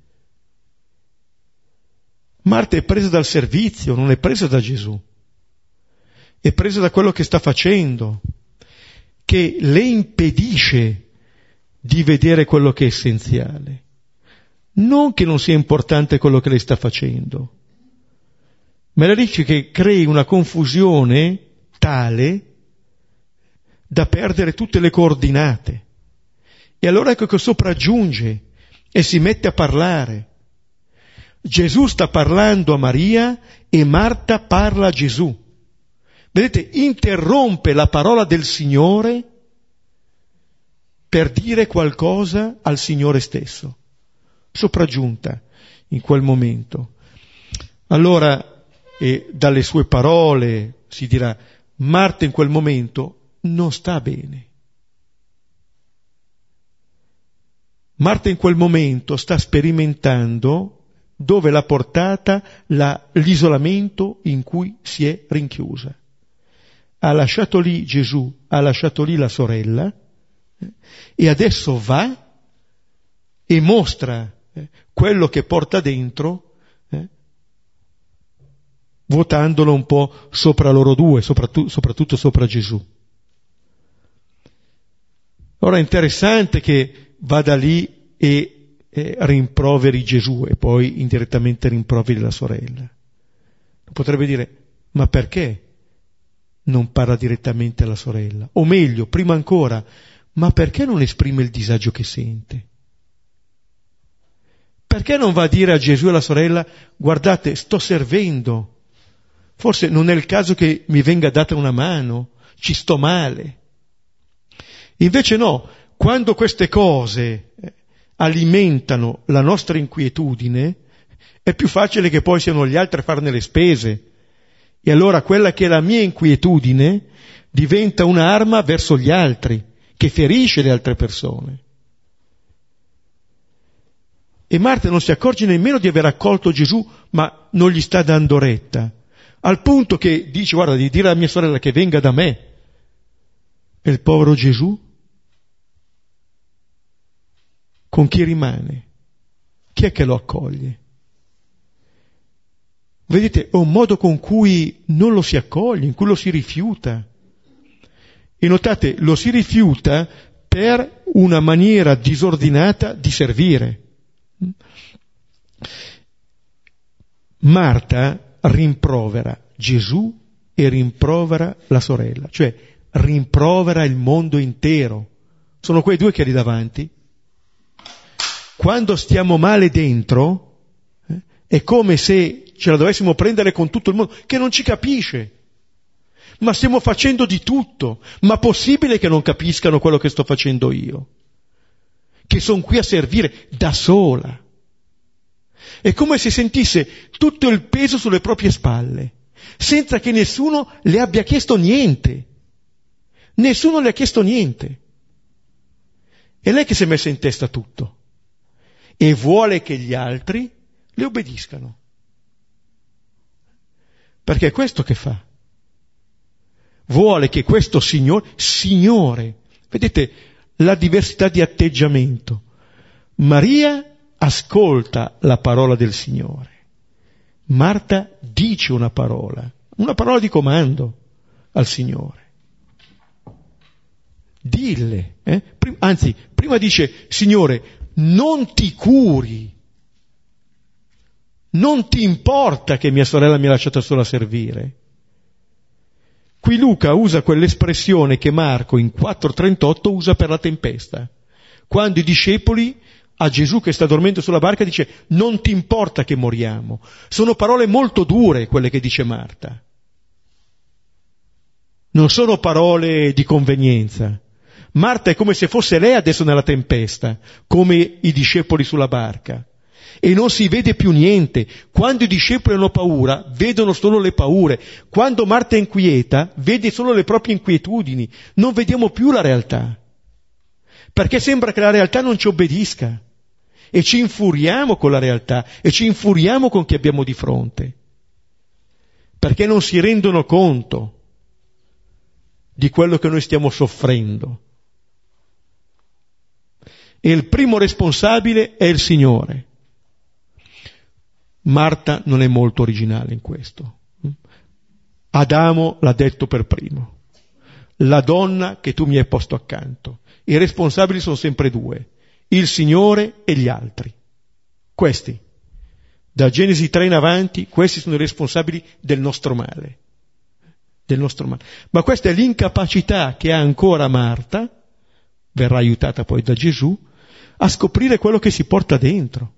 Marta è presa dal servizio, non è presa da Gesù. È presa da quello che sta facendo, che le impedisce di vedere quello che è essenziale. Non che non sia importante quello che lei sta facendo, ma le dice che crei una confusione tale da perdere tutte le coordinate. E allora ecco che sopraggiunge e si mette a parlare. Gesù sta parlando a Maria e Marta parla a Gesù. Vedete, interrompe la parola del Signore per dire qualcosa al Signore stesso. Sopraggiunta in quel momento. Allora, e dalle sue parole si dirà, Marta in quel momento non sta bene. Marta in quel momento sta sperimentando dove l'ha portata la, l'isolamento in cui si è rinchiusa. Ha lasciato lì Gesù, ha lasciato lì la sorella eh, e adesso va e mostra eh, quello che porta dentro, eh, vuotandolo un po' sopra loro due, soprattutto, soprattutto sopra Gesù. Ora è interessante che vada lì e eh, rimproveri Gesù e poi indirettamente rimproveri la sorella. Potrebbe dire, ma perché non parla direttamente alla sorella? O meglio, prima ancora, ma perché non esprime il disagio che sente? Perché non va a dire a Gesù e alla sorella, guardate, sto servendo, forse non è il caso che mi venga data una mano, ci sto male. Invece no, quando queste cose alimentano la nostra inquietudine, è più facile che poi siano gli altri a farne le spese. E allora quella che è la mia inquietudine diventa un'arma verso gli altri, che ferisce le altre persone. E Marta non si accorge nemmeno di aver accolto Gesù, ma non gli sta dando retta. Al punto che dice, guarda, di dire alla mia sorella che venga da me. E il povero Gesù? Con chi rimane? Chi è che lo accoglie? Vedete, è un modo con cui non lo si accoglie, in cui lo si rifiuta. E notate, lo si rifiuta per una maniera disordinata di servire. Marta rimprovera Gesù e rimprovera la sorella, cioè rimprovera il mondo intero. Sono quei due che ha lì davanti. Quando stiamo male dentro, eh, è come se ce la dovessimo prendere con tutto il mondo, che non ci capisce. Ma stiamo facendo di tutto. Ma possibile che non capiscano quello che sto facendo io? Che sono qui a servire da sola. È come se sentisse tutto il peso sulle proprie spalle, senza che nessuno le abbia chiesto niente. Nessuno le ha chiesto niente. È lei che si è messa in testa tutto e vuole che gli altri le obbediscano. Perché è questo che fa. Vuole che questo Signore, Signore, vedete la diversità di atteggiamento. Maria ascolta la parola del Signore. Marta dice una parola, una parola di comando al Signore. Dille, eh? Prim- anzi, prima dice, Signore, non ti curi, non ti importa che mia sorella mi ha lasciato sola a servire. Qui Luca usa quell'espressione che Marco in quattro trentotto usa per la tempesta. Quando i discepoli a Gesù che sta dormendo sulla barca dice non ti importa che moriamo. Sono parole molto dure quelle che dice Marta. Non sono parole di convenienza. Marta è come se fosse lei adesso nella tempesta, come i discepoli sulla barca. E non si vede più niente. Quando i discepoli hanno paura, vedono solo le paure. Quando Marta è inquieta, vede solo le proprie inquietudini. Non vediamo più la realtà. Perché sembra che la realtà non ci obbedisca. E ci infuriamo con la realtà e ci infuriamo con chi abbiamo di fronte. Perché non si rendono conto di quello che noi stiamo soffrendo. E il primo responsabile è il Signore. Marta non è molto originale in questo. Adamo l'ha detto per primo. La donna che tu mi hai posto accanto. I responsabili sono sempre due. Il Signore e gli altri. Questi. Da Genesi tre in avanti, questi sono i responsabili del nostro male. Del nostro male. Ma questa è l'incapacità che ha ancora Marta, verrà aiutata poi da Gesù, a scoprire quello che si porta dentro.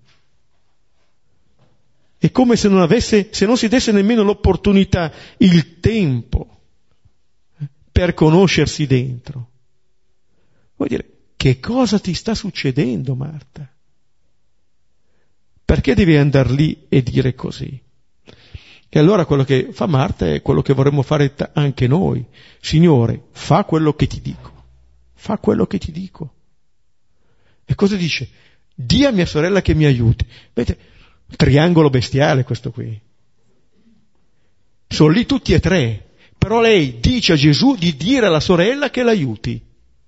È come se non avesse, se non si desse nemmeno l'opportunità, il tempo per conoscersi dentro. Vuol dire, che cosa ti sta succedendo, Marta? Perché devi andare lì e dire così? E allora quello che fa Marta è quello che vorremmo fare anche noi. Signore, fa quello che ti dico. Fa quello che ti dico. E cosa dice? Dì a mia sorella che mi aiuti. Vedete, triangolo bestiale questo qui. Sono lì tutti e tre. Però lei dice a Gesù di dire alla sorella che l'aiuti.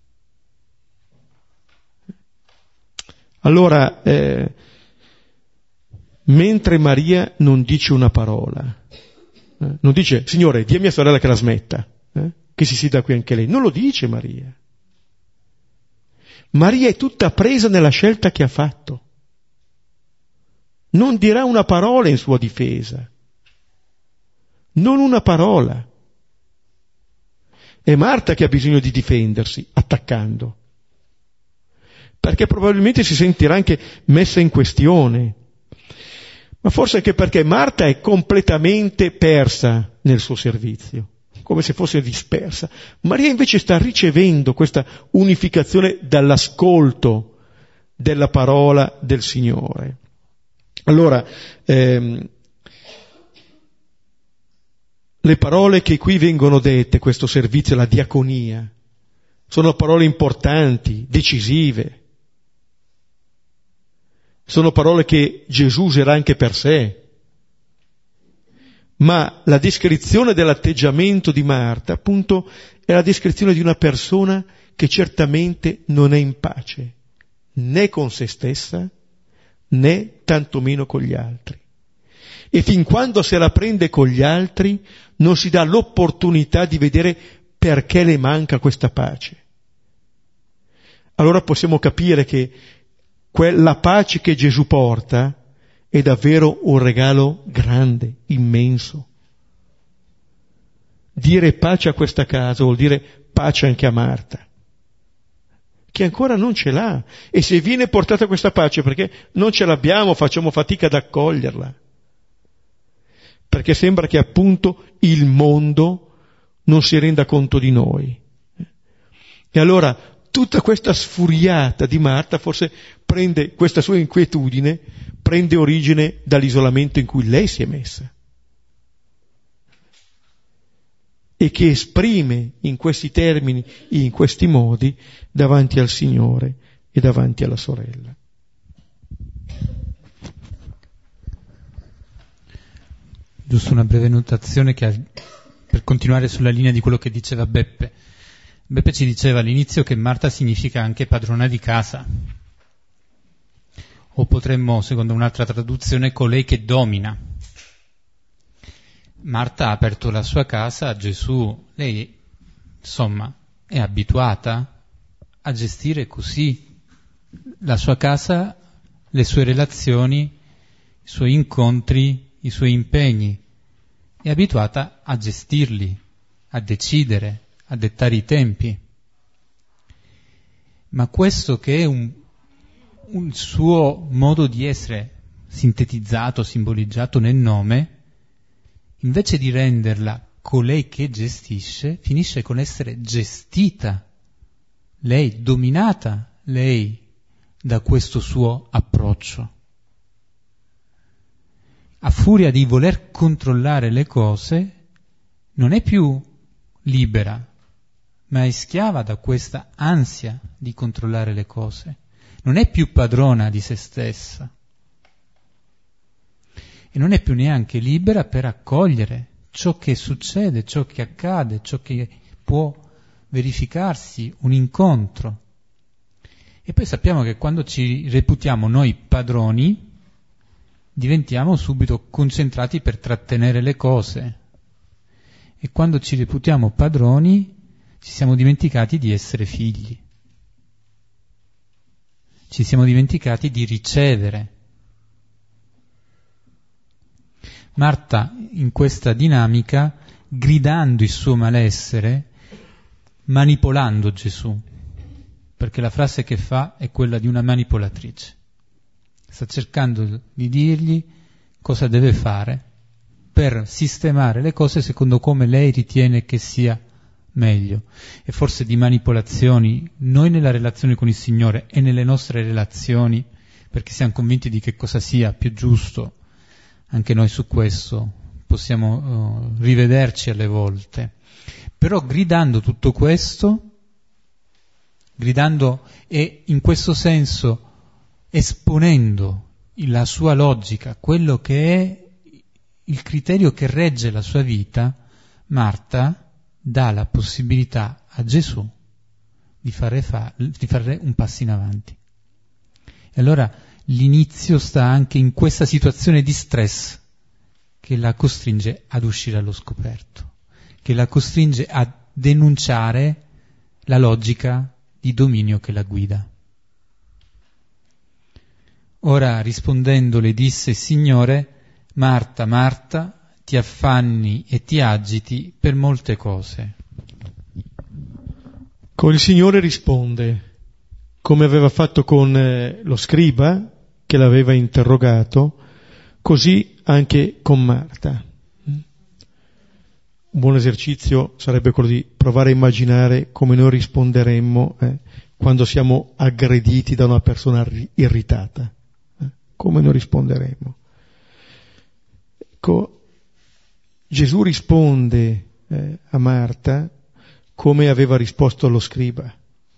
Allora, eh, mentre Maria non dice una parola, eh, non dice, Signore, dì a mia sorella che la smetta, eh, che si sieda qui anche lei. Non lo dice Maria. Maria è tutta presa nella scelta che ha fatto. Non dirà una parola in sua difesa. Non una parola. È Marta che ha bisogno di difendersi, attaccando. Perché probabilmente si sentirà anche messa in questione. Ma forse anche perché Marta è completamente persa nel suo servizio, come se fosse dispersa. Maria invece sta ricevendo questa unificazione dall'ascolto della parola del Signore. Allora, ehm, le parole che qui vengono dette, questo servizio, la diaconia, sono parole importanti, decisive. Sono parole che Gesù userà anche per sé. Ma la descrizione dell'atteggiamento di Marta, appunto, è la descrizione di una persona che certamente non è in pace, né con se stessa, né tantomeno con gli altri. E fin quando se la prende con gli altri, non si dà l'opportunità di vedere perché le manca questa pace. Allora possiamo capire che quella pace che Gesù porta è davvero un regalo grande, immenso. Dire pace a questa casa vuol dire pace anche a Marta, che ancora non ce l'ha. E se viene portata questa pace perché non ce l'abbiamo, facciamo fatica ad accoglierla. Perché sembra che appunto il mondo non si renda conto di noi. E allora tutta questa sfuriata di Marta forse prende, questa sua inquietudine, prende origine dall'isolamento in cui lei si è messa. e che esprime in questi termini, in questi modi, davanti al Signore e davanti alla sorella. Giusto una breve notazione che ha, per continuare sulla linea di quello che diceva Beppe. Beppe ci diceva all'inizio che Marta significa anche padrona di casa, o potremmo, secondo un'altra traduzione, colei che domina. Marta ha aperto la sua casa a Gesù, lei insomma è abituata a gestire così la sua casa, le sue relazioni, i suoi incontri, i suoi impegni, è abituata a gestirli, a decidere, a dettare i tempi. Ma questo che è un, un suo modo di essere sintetizzato, simboleggiato nel nome, invece di renderla colei che gestisce, finisce con essere gestita, lei, dominata, lei, da questo suo approccio. A furia di voler controllare le cose, non è più libera, ma è schiava da questa ansia di controllare le cose. Non è più padrona di se stessa. E non è più neanche libera per accogliere ciò che succede, ciò che accade, ciò che può verificarsi, un incontro. E poi sappiamo che quando ci reputiamo noi padroni, diventiamo subito concentrati per trattenere le cose. E quando ci reputiamo padroni, ci siamo dimenticati di essere figli. Ci siamo dimenticati di ricevere. Marta, in questa dinamica, gridando il suo malessere, manipolando Gesù, perché la frase che fa è quella di una manipolatrice. Sta cercando di dirgli cosa deve fare per sistemare le cose secondo come lei ritiene che sia meglio. E forse di manipolazioni, noi nella relazione con il Signore e nelle nostre relazioni, perché siamo convinti di che cosa sia più giusto, anche noi su questo possiamo uh, rivederci alle volte. Però gridando tutto questo, gridando e in questo senso esponendo la sua logica, quello che è il criterio che regge la sua vita, Marta dà la possibilità a Gesù di fare, fa- di fare un passo in avanti. E allora l'inizio sta anche in questa situazione di stress che la costringe ad uscire allo scoperto, che la costringe a denunciare la logica di dominio che la guida. Ora rispondendo le disse: Signore, Marta, Marta, ti affanni e ti agiti per molte cose. Con il Signore risponde, come aveva fatto con eh, lo scriba che l'aveva interrogato, così anche con Marta. Un buon esercizio sarebbe quello di provare a immaginare come noi risponderemmo eh, quando siamo aggrediti da una persona irritata. Eh, come noi risponderemmo? Ecco, Gesù risponde eh, a Marta come aveva risposto allo scriba.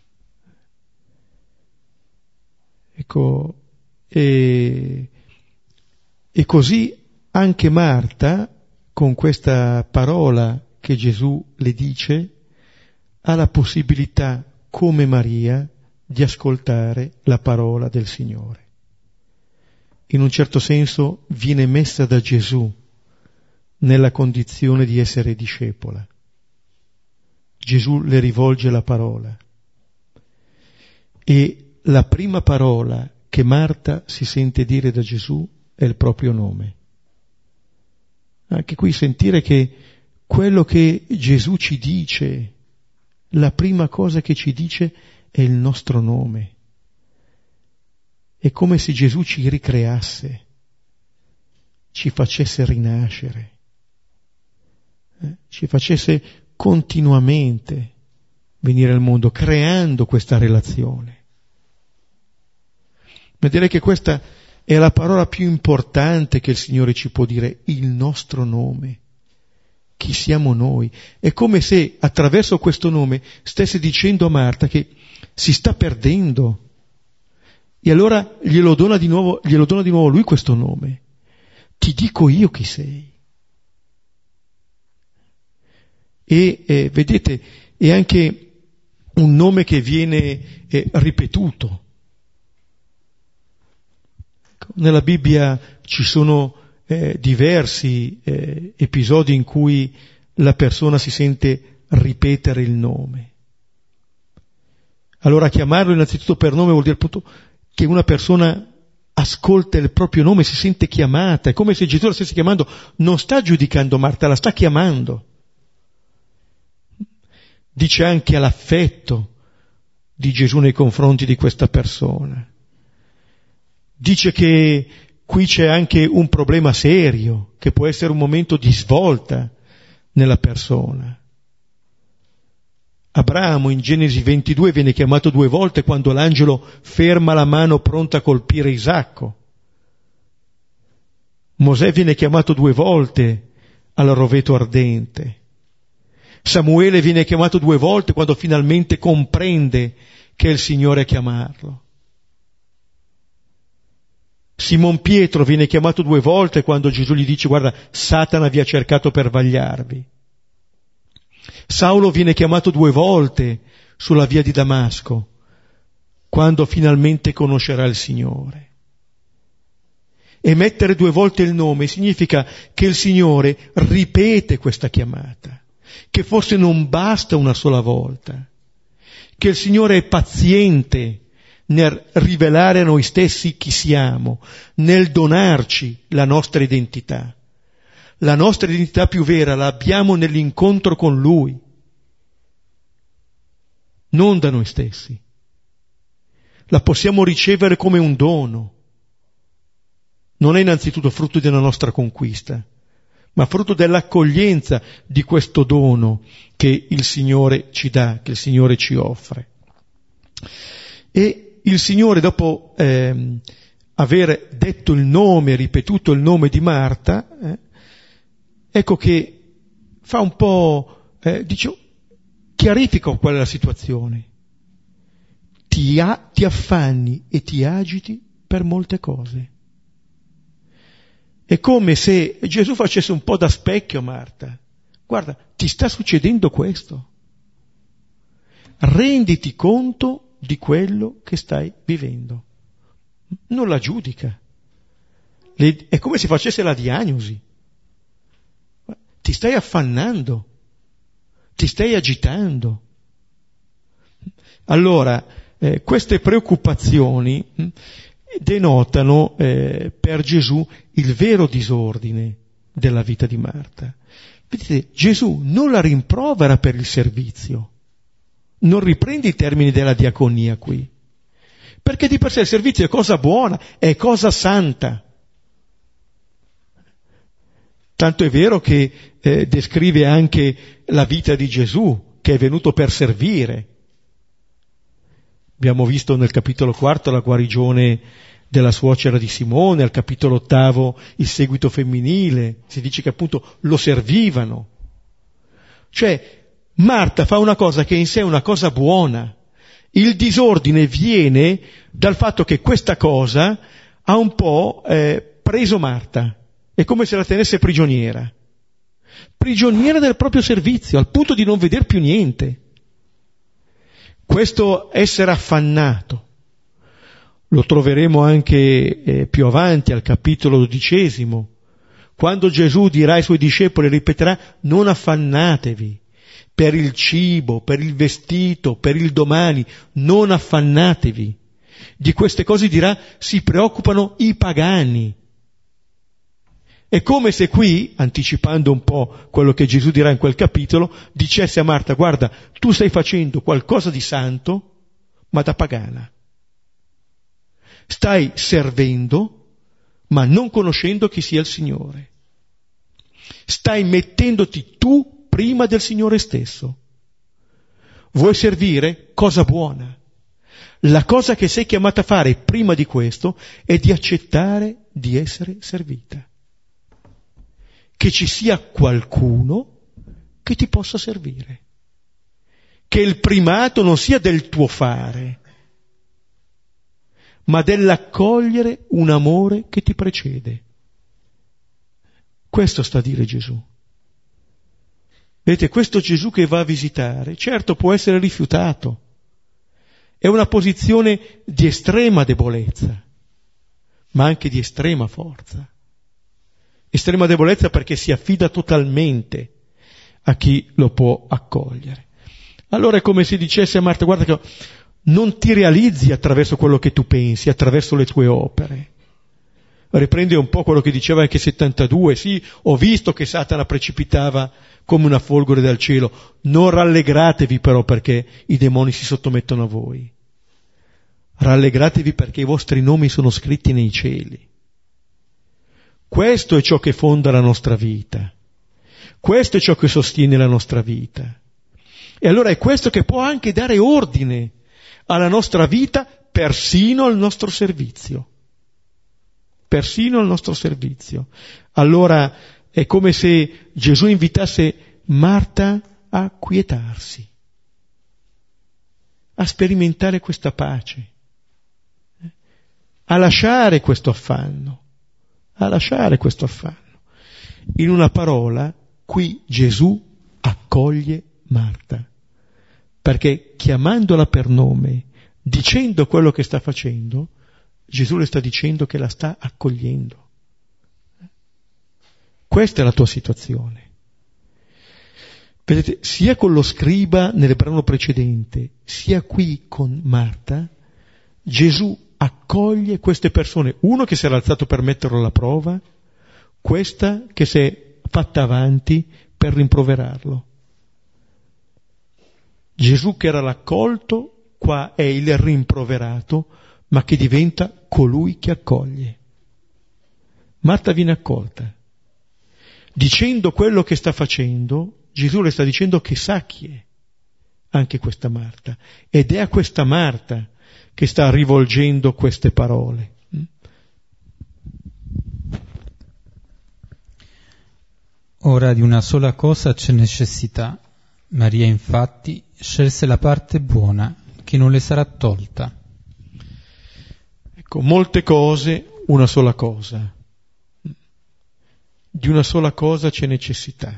Ecco, e, e così anche Marta, con questa parola che Gesù le dice, ha la possibilità, come Maria, di ascoltare la parola del Signore. In un certo senso viene messa da Gesù nella condizione di essere discepola. Gesù le rivolge la parola e la prima parola che Marta si sente dire da Gesù è il proprio nome. Anche qui sentire che quello che Gesù ci dice, la prima cosa che ci dice è il nostro nome. È come se Gesù ci ricreasse, ci facesse rinascere, eh? ci facesse continuamente venire al mondo, creando questa relazione. Ma direi che questa è la parola più importante che il Signore ci può dire, il nostro nome, chi siamo noi. È come se attraverso questo nome stesse dicendo a Marta che si sta perdendo. E allora glielo dona di nuovo, glielo dona di nuovo lui questo nome. Ti dico io chi sei. E eh, vedete, è anche un nome che viene eh, ripetuto. Nella Bibbia ci sono eh, diversi eh, episodi in cui la persona si sente ripetere il nome. Allora chiamarlo innanzitutto per nome vuol dire appunto che una persona ascolta il proprio nome, si sente chiamata, è come se Gesù la stesse chiamando, non sta giudicando Marta, la sta chiamando. Dice anche all'affetto di Gesù nei confronti di questa persona. Dice che qui c'è anche un problema serio, che può essere un momento di svolta nella persona. Abramo in Genesi ventidue viene chiamato due volte quando l'angelo ferma la mano pronta a colpire Isacco. Mosè viene chiamato due volte al roveto ardente. Samuele viene chiamato due volte quando finalmente comprende che è il Signore a chiamarlo. Simon Pietro viene chiamato due volte quando Gesù gli dice: guarda, Satana vi ha cercato per vagliarvi. Saulo viene chiamato due volte sulla via di Damasco quando finalmente conoscerà il Signore. E mettere due volte il nome significa che il Signore ripete questa chiamata, che forse non basta una sola volta, che il Signore è paziente nel rivelare a noi stessi chi siamo, nel donarci la nostra identità. La nostra identità più vera la abbiamo nell'incontro con Lui, non da noi stessi. La possiamo ricevere come un dono. Non è innanzitutto frutto della nostra conquista, ma frutto dell'accoglienza di questo dono che il Signore ci dà, che il Signore ci offre. E il Signore, dopo eh, aver detto il nome, ripetuto il nome di Marta, eh, ecco che fa un po', eh, dice, chiarifica qual è la situazione. Ti, ha, ti affanni e ti agiti per molte cose. È come se Gesù facesse un po' da specchio a Marta. Guarda, ti sta succedendo questo. Renditi conto di quello che stai vivendo. Non la giudica. Le, è come se facesse la diagnosi. Ti stai affannando, ti stai agitando. Allora, eh, queste preoccupazioni mh, denotano eh, per Gesù il vero disordine della vita di Marta. Vedete, Gesù non la rimprovera per il servizio, non riprende i termini della diaconia qui, perché di per sé il servizio è cosa buona, è cosa santa. Tanto è vero che eh, descrive anche la vita di Gesù, che è venuto per servire. Abbiamo visto nel capitolo quarto la guarigione della suocera di Simone, al capitolo ottavo il seguito femminile, si dice che appunto lo servivano. Cioè, Marta fa una cosa che in sé è una cosa buona. Il disordine viene dal fatto che questa cosa ha un po' eh, preso Marta. È come se la tenesse prigioniera. Prigioniera del proprio servizio, al punto di non veder più niente. Questo essere affannato lo troveremo anche eh, più avanti al capitolo dodicesimo, quando Gesù dirà ai suoi discepoli, ripeterà: non affannatevi per il cibo, per il vestito, per il domani, non affannatevi. Di queste cose dirà si preoccupano i pagani. È come se qui, anticipando un po' quello che Gesù dirà in quel capitolo, dicesse a Marta: guarda, tu stai facendo qualcosa di santo, ma da pagana. Stai servendo, ma non conoscendo chi sia il Signore. Stai mettendoti tu prima del Signore stesso. Vuoi servire? Cosa buona. La cosa che sei chiamata a fare prima di questo è di accettare di essere servita. Che ci sia qualcuno che ti possa servire. Che il primato non sia del tuo fare, ma dell'accogliere un amore che ti precede. Questo sta a dire Gesù. Vedete, questo Gesù che va a visitare, certo può essere rifiutato. È una posizione di estrema debolezza, ma anche di estrema forza. Estrema debolezza perché si affida totalmente a chi lo può accogliere. Allora è come se dicesse a Marta: guarda che non ti realizzi attraverso quello che tu pensi, attraverso le tue opere. Riprende un po' quello che diceva anche settantadue: sì, ho visto che Satana precipitava come una folgore dal cielo, non rallegratevi però perché i demoni si sottomettono a voi. Rallegratevi perché i vostri nomi sono scritti nei cieli. Questo è ciò che fonda la nostra vita. Questo è ciò che sostiene la nostra vita. E allora è questo che può anche dare ordine alla nostra vita, persino al nostro servizio. Persino al nostro servizio. Allora è come se Gesù invitasse Marta a quietarsi, a sperimentare questa pace, a lasciare questo affanno, a lasciare questo affanno. In una parola, qui Gesù accoglie Marta, perché chiamandola per nome, dicendo quello che sta facendo, Gesù le sta dicendo che la sta accogliendo. Questa è la tua situazione. Vedete, sia con lo scriba nel brano precedente, sia qui con Marta, Gesù accoglie queste persone, uno che si era alzato per metterlo alla prova, questa che si è fatta avanti per rimproverarlo. Gesù che era l'accolto, qua è il rimproverato, ma che diventa colui che accoglie. Marta viene accolta. Dicendo quello che sta facendo, Gesù le sta dicendo che sa chi è anche questa Marta. Ed è a questa Marta che sta rivolgendo queste parole. Ora di una sola cosa c'è necessità. Maria infatti scelse la parte buona, che non le sarà tolta. Ecco, molte cose, una sola cosa. Di una sola cosa c'è necessità.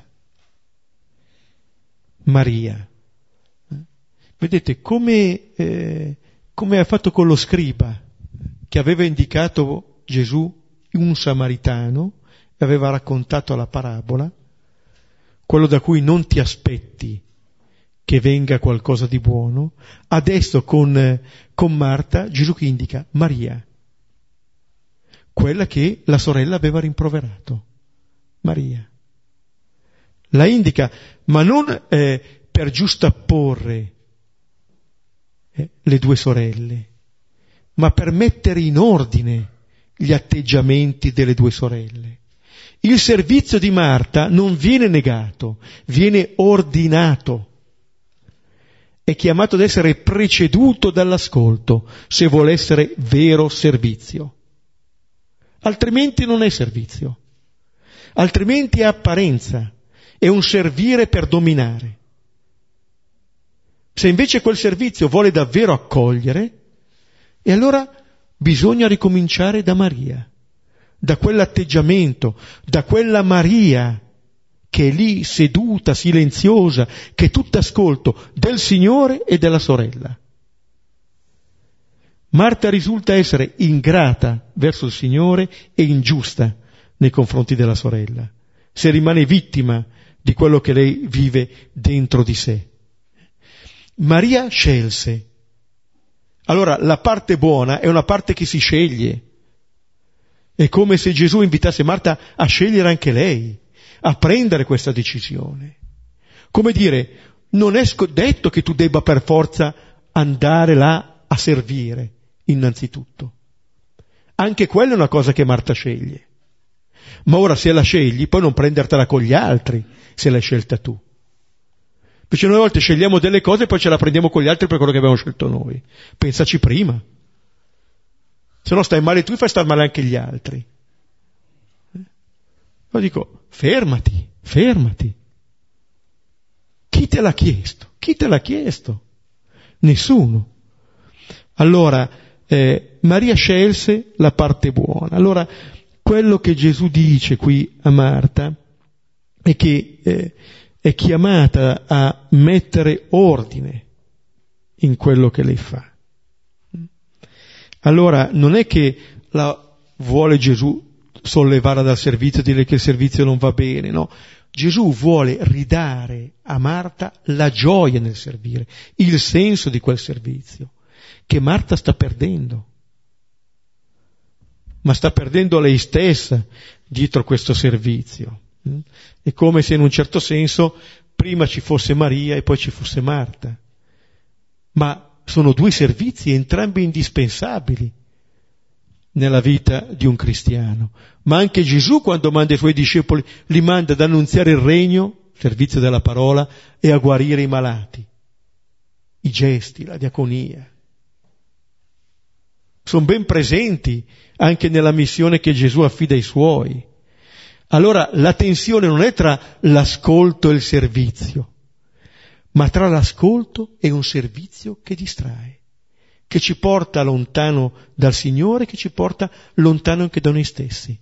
Maria. Vedete come, eh, come ha fatto con lo scriba, che aveva indicato Gesù un samaritano e aveva raccontato la parabola, quello da cui non ti aspetti che venga qualcosa di buono. Adesso con, con Marta Gesù che indica Maria, quella che la sorella aveva rimproverato. Maria. La indica, ma non eh, per giustapporre eh, le due sorelle, ma per mettere in ordine gli atteggiamenti delle due sorelle. Il servizio di Marta non viene negato, viene ordinato. È chiamato ad essere preceduto dall'ascolto, se vuole essere vero servizio. Altrimenti non è servizio. Altrimenti è apparenza, è un servire per dominare. Se invece quel servizio vuole davvero accogliere, e allora bisogna ricominciare da Maria, da quell'atteggiamento, da quella Maria che è lì seduta, silenziosa, che è tutta ascolto del Signore e della sorella. Marta risulta essere ingrata verso il Signore e ingiusta nei confronti della sorella, se rimane vittima di quello che lei vive dentro di sé. Maria scelse. Allora la parte buona è una parte che si sceglie. È come se Gesù invitasse Marta a scegliere anche lei, a prendere questa decisione. Come dire, non è detto che tu debba per forza andare là a servire, innanzitutto. Anche quella è una cosa che Marta sceglie. Ma ora se la scegli, poi non prendertela con gli altri, se l'hai scelta tu. Perché noi a volte scegliamo delle cose e poi ce la prendiamo con gli altri per quello che abbiamo scelto noi. Pensaci prima. Se no stai male tu e fai star male anche gli altri. Io dico, fermati, fermati. chi te l'ha chiesto? Chi te l'ha chiesto? Nessuno. Allora, eh, Maria scelse la parte buona. Allora, quello che Gesù dice qui a Marta è che eh, è chiamata a mettere ordine in quello che lei fa. Allora, non è che la vuole Gesù sollevare dal servizio e dire che il servizio non va bene, no. Gesù vuole ridare a Marta la gioia nel servire, il senso di quel servizio, che Marta sta perdendo. Ma sta perdendo lei stessa dietro questo servizio. È come se in un certo senso prima ci fosse Maria e poi ci fosse Marta. Ma sono due servizi, entrambi indispensabili nella vita di un cristiano. Ma anche Gesù, quando manda i suoi discepoli, li manda ad annunziare il regno, servizio della parola, e a guarire i malati. I gesti, la diaconia. Sono ben presenti anche nella missione che Gesù affida ai suoi. Allora la tensione non è tra l'ascolto e il servizio, ma tra l'ascolto e un servizio che distrae, che ci porta lontano dal Signore, che ci porta lontano anche da noi stessi,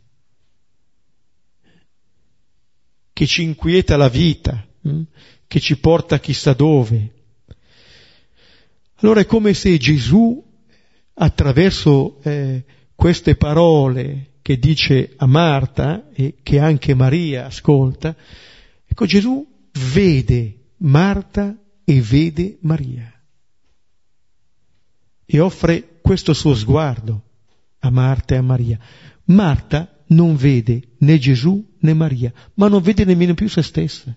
che ci inquieta la vita, che ci porta chissà dove. Allora è come se Gesù, attraverso eh, queste parole che dice a Marta e che anche Maria ascolta, ecco, Gesù vede Marta e vede Maria e offre questo suo sguardo a Marta e a Maria. Marta non vede né Gesù né Maria, ma non vede nemmeno più se stessa.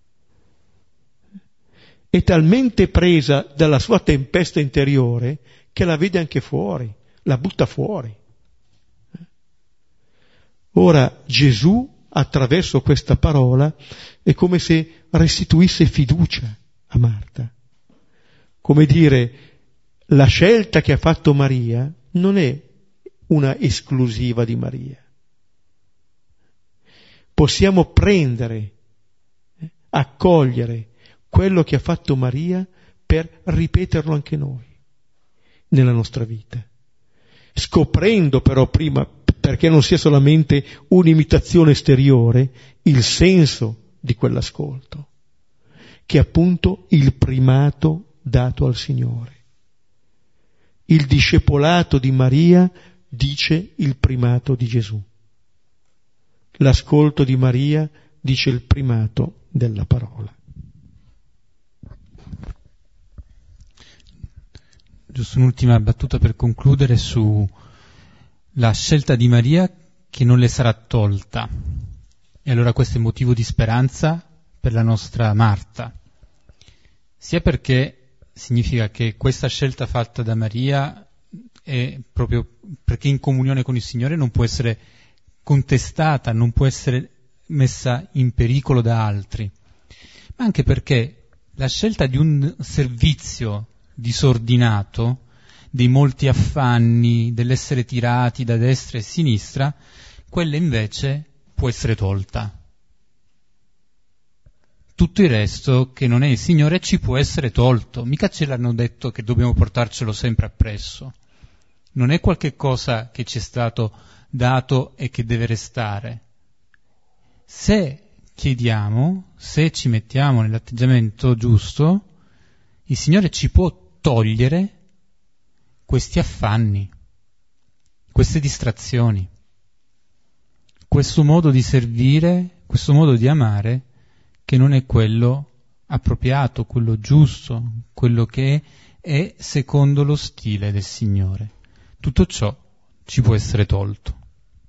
È talmente presa dalla sua tempesta interiore che la vede anche fuori, la butta fuori. Ora Gesù, attraverso questa parola, è come se restituisse fiducia a Marta. Come dire, la scelta che ha fatto Maria non è una esclusiva di Maria. Possiamo prendere, accogliere quello che ha fatto Maria per ripeterlo anche noi nella nostra vita, scoprendo però prima, perché non sia solamente un'imitazione esteriore, il senso di quell'ascolto, che è appunto il primato dato al Signore. Il discepolato di Maria dice il primato di Gesù. L'ascolto di Maria dice il primato della parola. Giusto un'ultima battuta per concludere su la scelta di Maria che non le sarà tolta. E allora questo è motivo di speranza per la nostra Marta, sia perché significa che questa scelta fatta da Maria è proprio perché in comunione con il Signore non può essere contestata, non può essere messa in pericolo da altri, ma anche perché la scelta di un servizio disordinato, dei molti affanni, dell'essere tirati da destra e sinistra, quella invece può essere tolta. Tutto il resto che non è il Signore ci può essere tolto, mica ce l'hanno detto che dobbiamo portarcelo sempre appresso. Non è qualche cosa che ci è stato dato e che deve restare. Se chiediamo, se ci mettiamo nell'atteggiamento giusto, il Signore ci può togliere questi affanni, queste distrazioni, questo modo di servire, questo modo di amare che non è quello appropriato, quello giusto, quello che è secondo lo stile del Signore. Tutto ciò ci può essere tolto.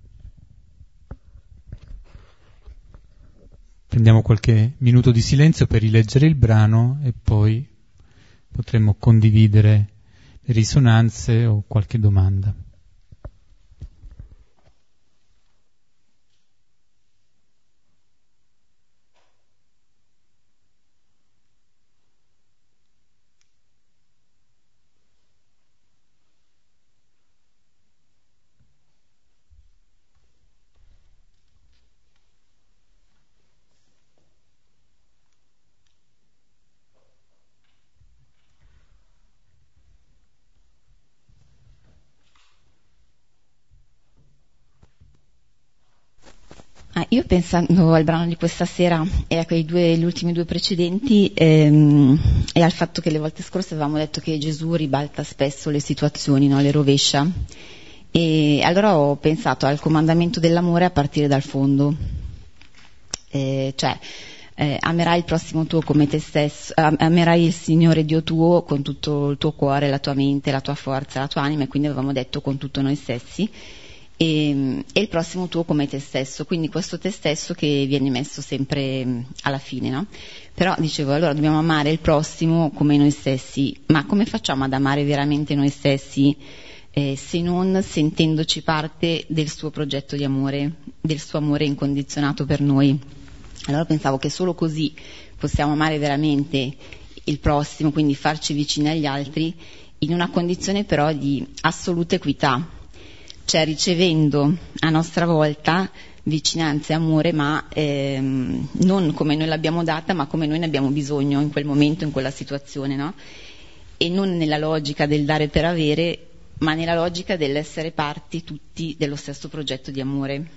Prendiamo qualche minuto di silenzio per rileggere il brano e poi potremmo condividere le risonanze o qualche domanda. io pensando al brano di questa sera e a quei due, gli ultimi due precedenti ehm, e al fatto che le volte scorse avevamo detto che Gesù ribalta spesso le situazioni, no? Le rovescia, e allora ho pensato al comandamento dell'amore a partire dal fondo, eh, cioè eh, amerai il prossimo tuo come te stesso, amerai il Signore Dio tuo con tutto il tuo cuore, la tua mente, la tua forza, la tua anima, e quindi avevamo detto con tutto noi stessi. E, e il prossimo tuo come te stesso, quindi questo te stesso che viene messo sempre alla fine, no? Però dicevo, allora dobbiamo amare il prossimo come noi stessi, ma come facciamo ad amare veramente noi stessi eh, se non sentendoci parte del suo progetto di amore, del suo amore incondizionato per noi? Allora pensavo che solo così possiamo amare veramente il prossimo, quindi farci vicini agli altri, in una condizione però di assoluta equità, cioè ricevendo a nostra volta vicinanza e amore, ma ehm, non come noi l'abbiamo data, ma come noi ne abbiamo bisogno in quel momento, in quella situazione, no? E non nella logica del dare per avere, ma nella logica dell'essere parti tutti dello stesso progetto di amore,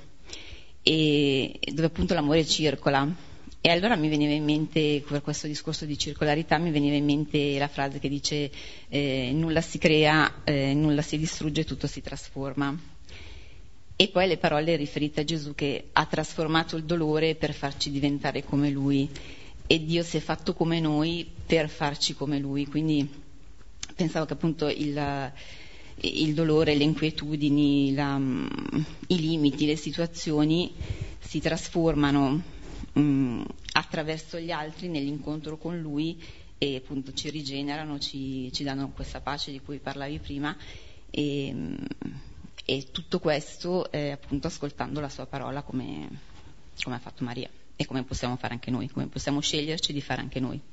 e dove appunto l'amore circola. E allora mi veniva in mente, per questo discorso di circolarità, mi veniva in mente la frase che dice eh, nulla si crea, eh, nulla si distrugge, tutto si trasforma. E poi le parole riferite a Gesù che ha trasformato il dolore per farci diventare come Lui, e Dio si è fatto come noi per farci come Lui. Quindi pensavo che appunto il, il dolore, le inquietudini, la, i limiti, le situazioni si trasformano mh, attraverso gli altri nell'incontro con Lui, e appunto ci rigenerano, ci, ci danno questa pace di cui parlavi prima, e, e tutto questo eh, appunto ascoltando la sua parola, come, come ha fatto Maria, e come possiamo fare anche noi, come possiamo sceglierci di fare anche noi.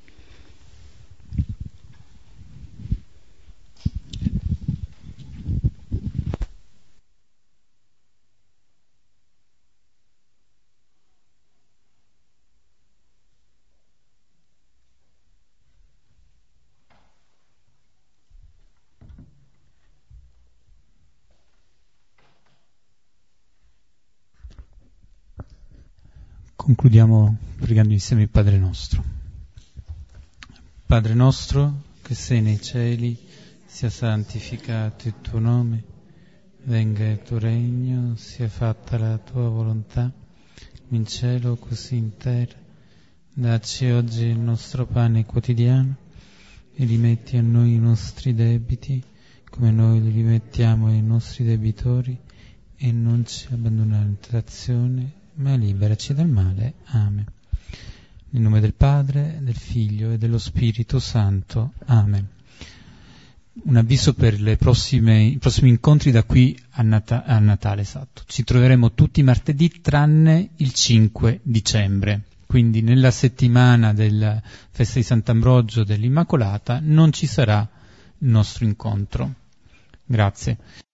Concludiamo pregando insieme il Padre nostro. Padre nostro che sei nei cieli, sia santificato il tuo nome, venga il tuo regno, sia fatta la tua volontà, in cielo così in terra. Dacci oggi il nostro pane quotidiano e rimetti a noi i nostri debiti, come noi li rimettiamo ai nostri debitori, e non ci abbandonare in tentazione, ma liberaci dal male. Amen. Nel nome del Padre, del Figlio e dello Spirito Santo. Amen. Un avviso per le prossime, i prossimi incontri da qui a, Nata- a Natale, esatto. Ci troveremo tutti i martedì tranne il cinque dicembre. Quindi nella settimana della festa di Sant'Ambrogio dell'Immacolata non ci sarà il nostro incontro. Grazie.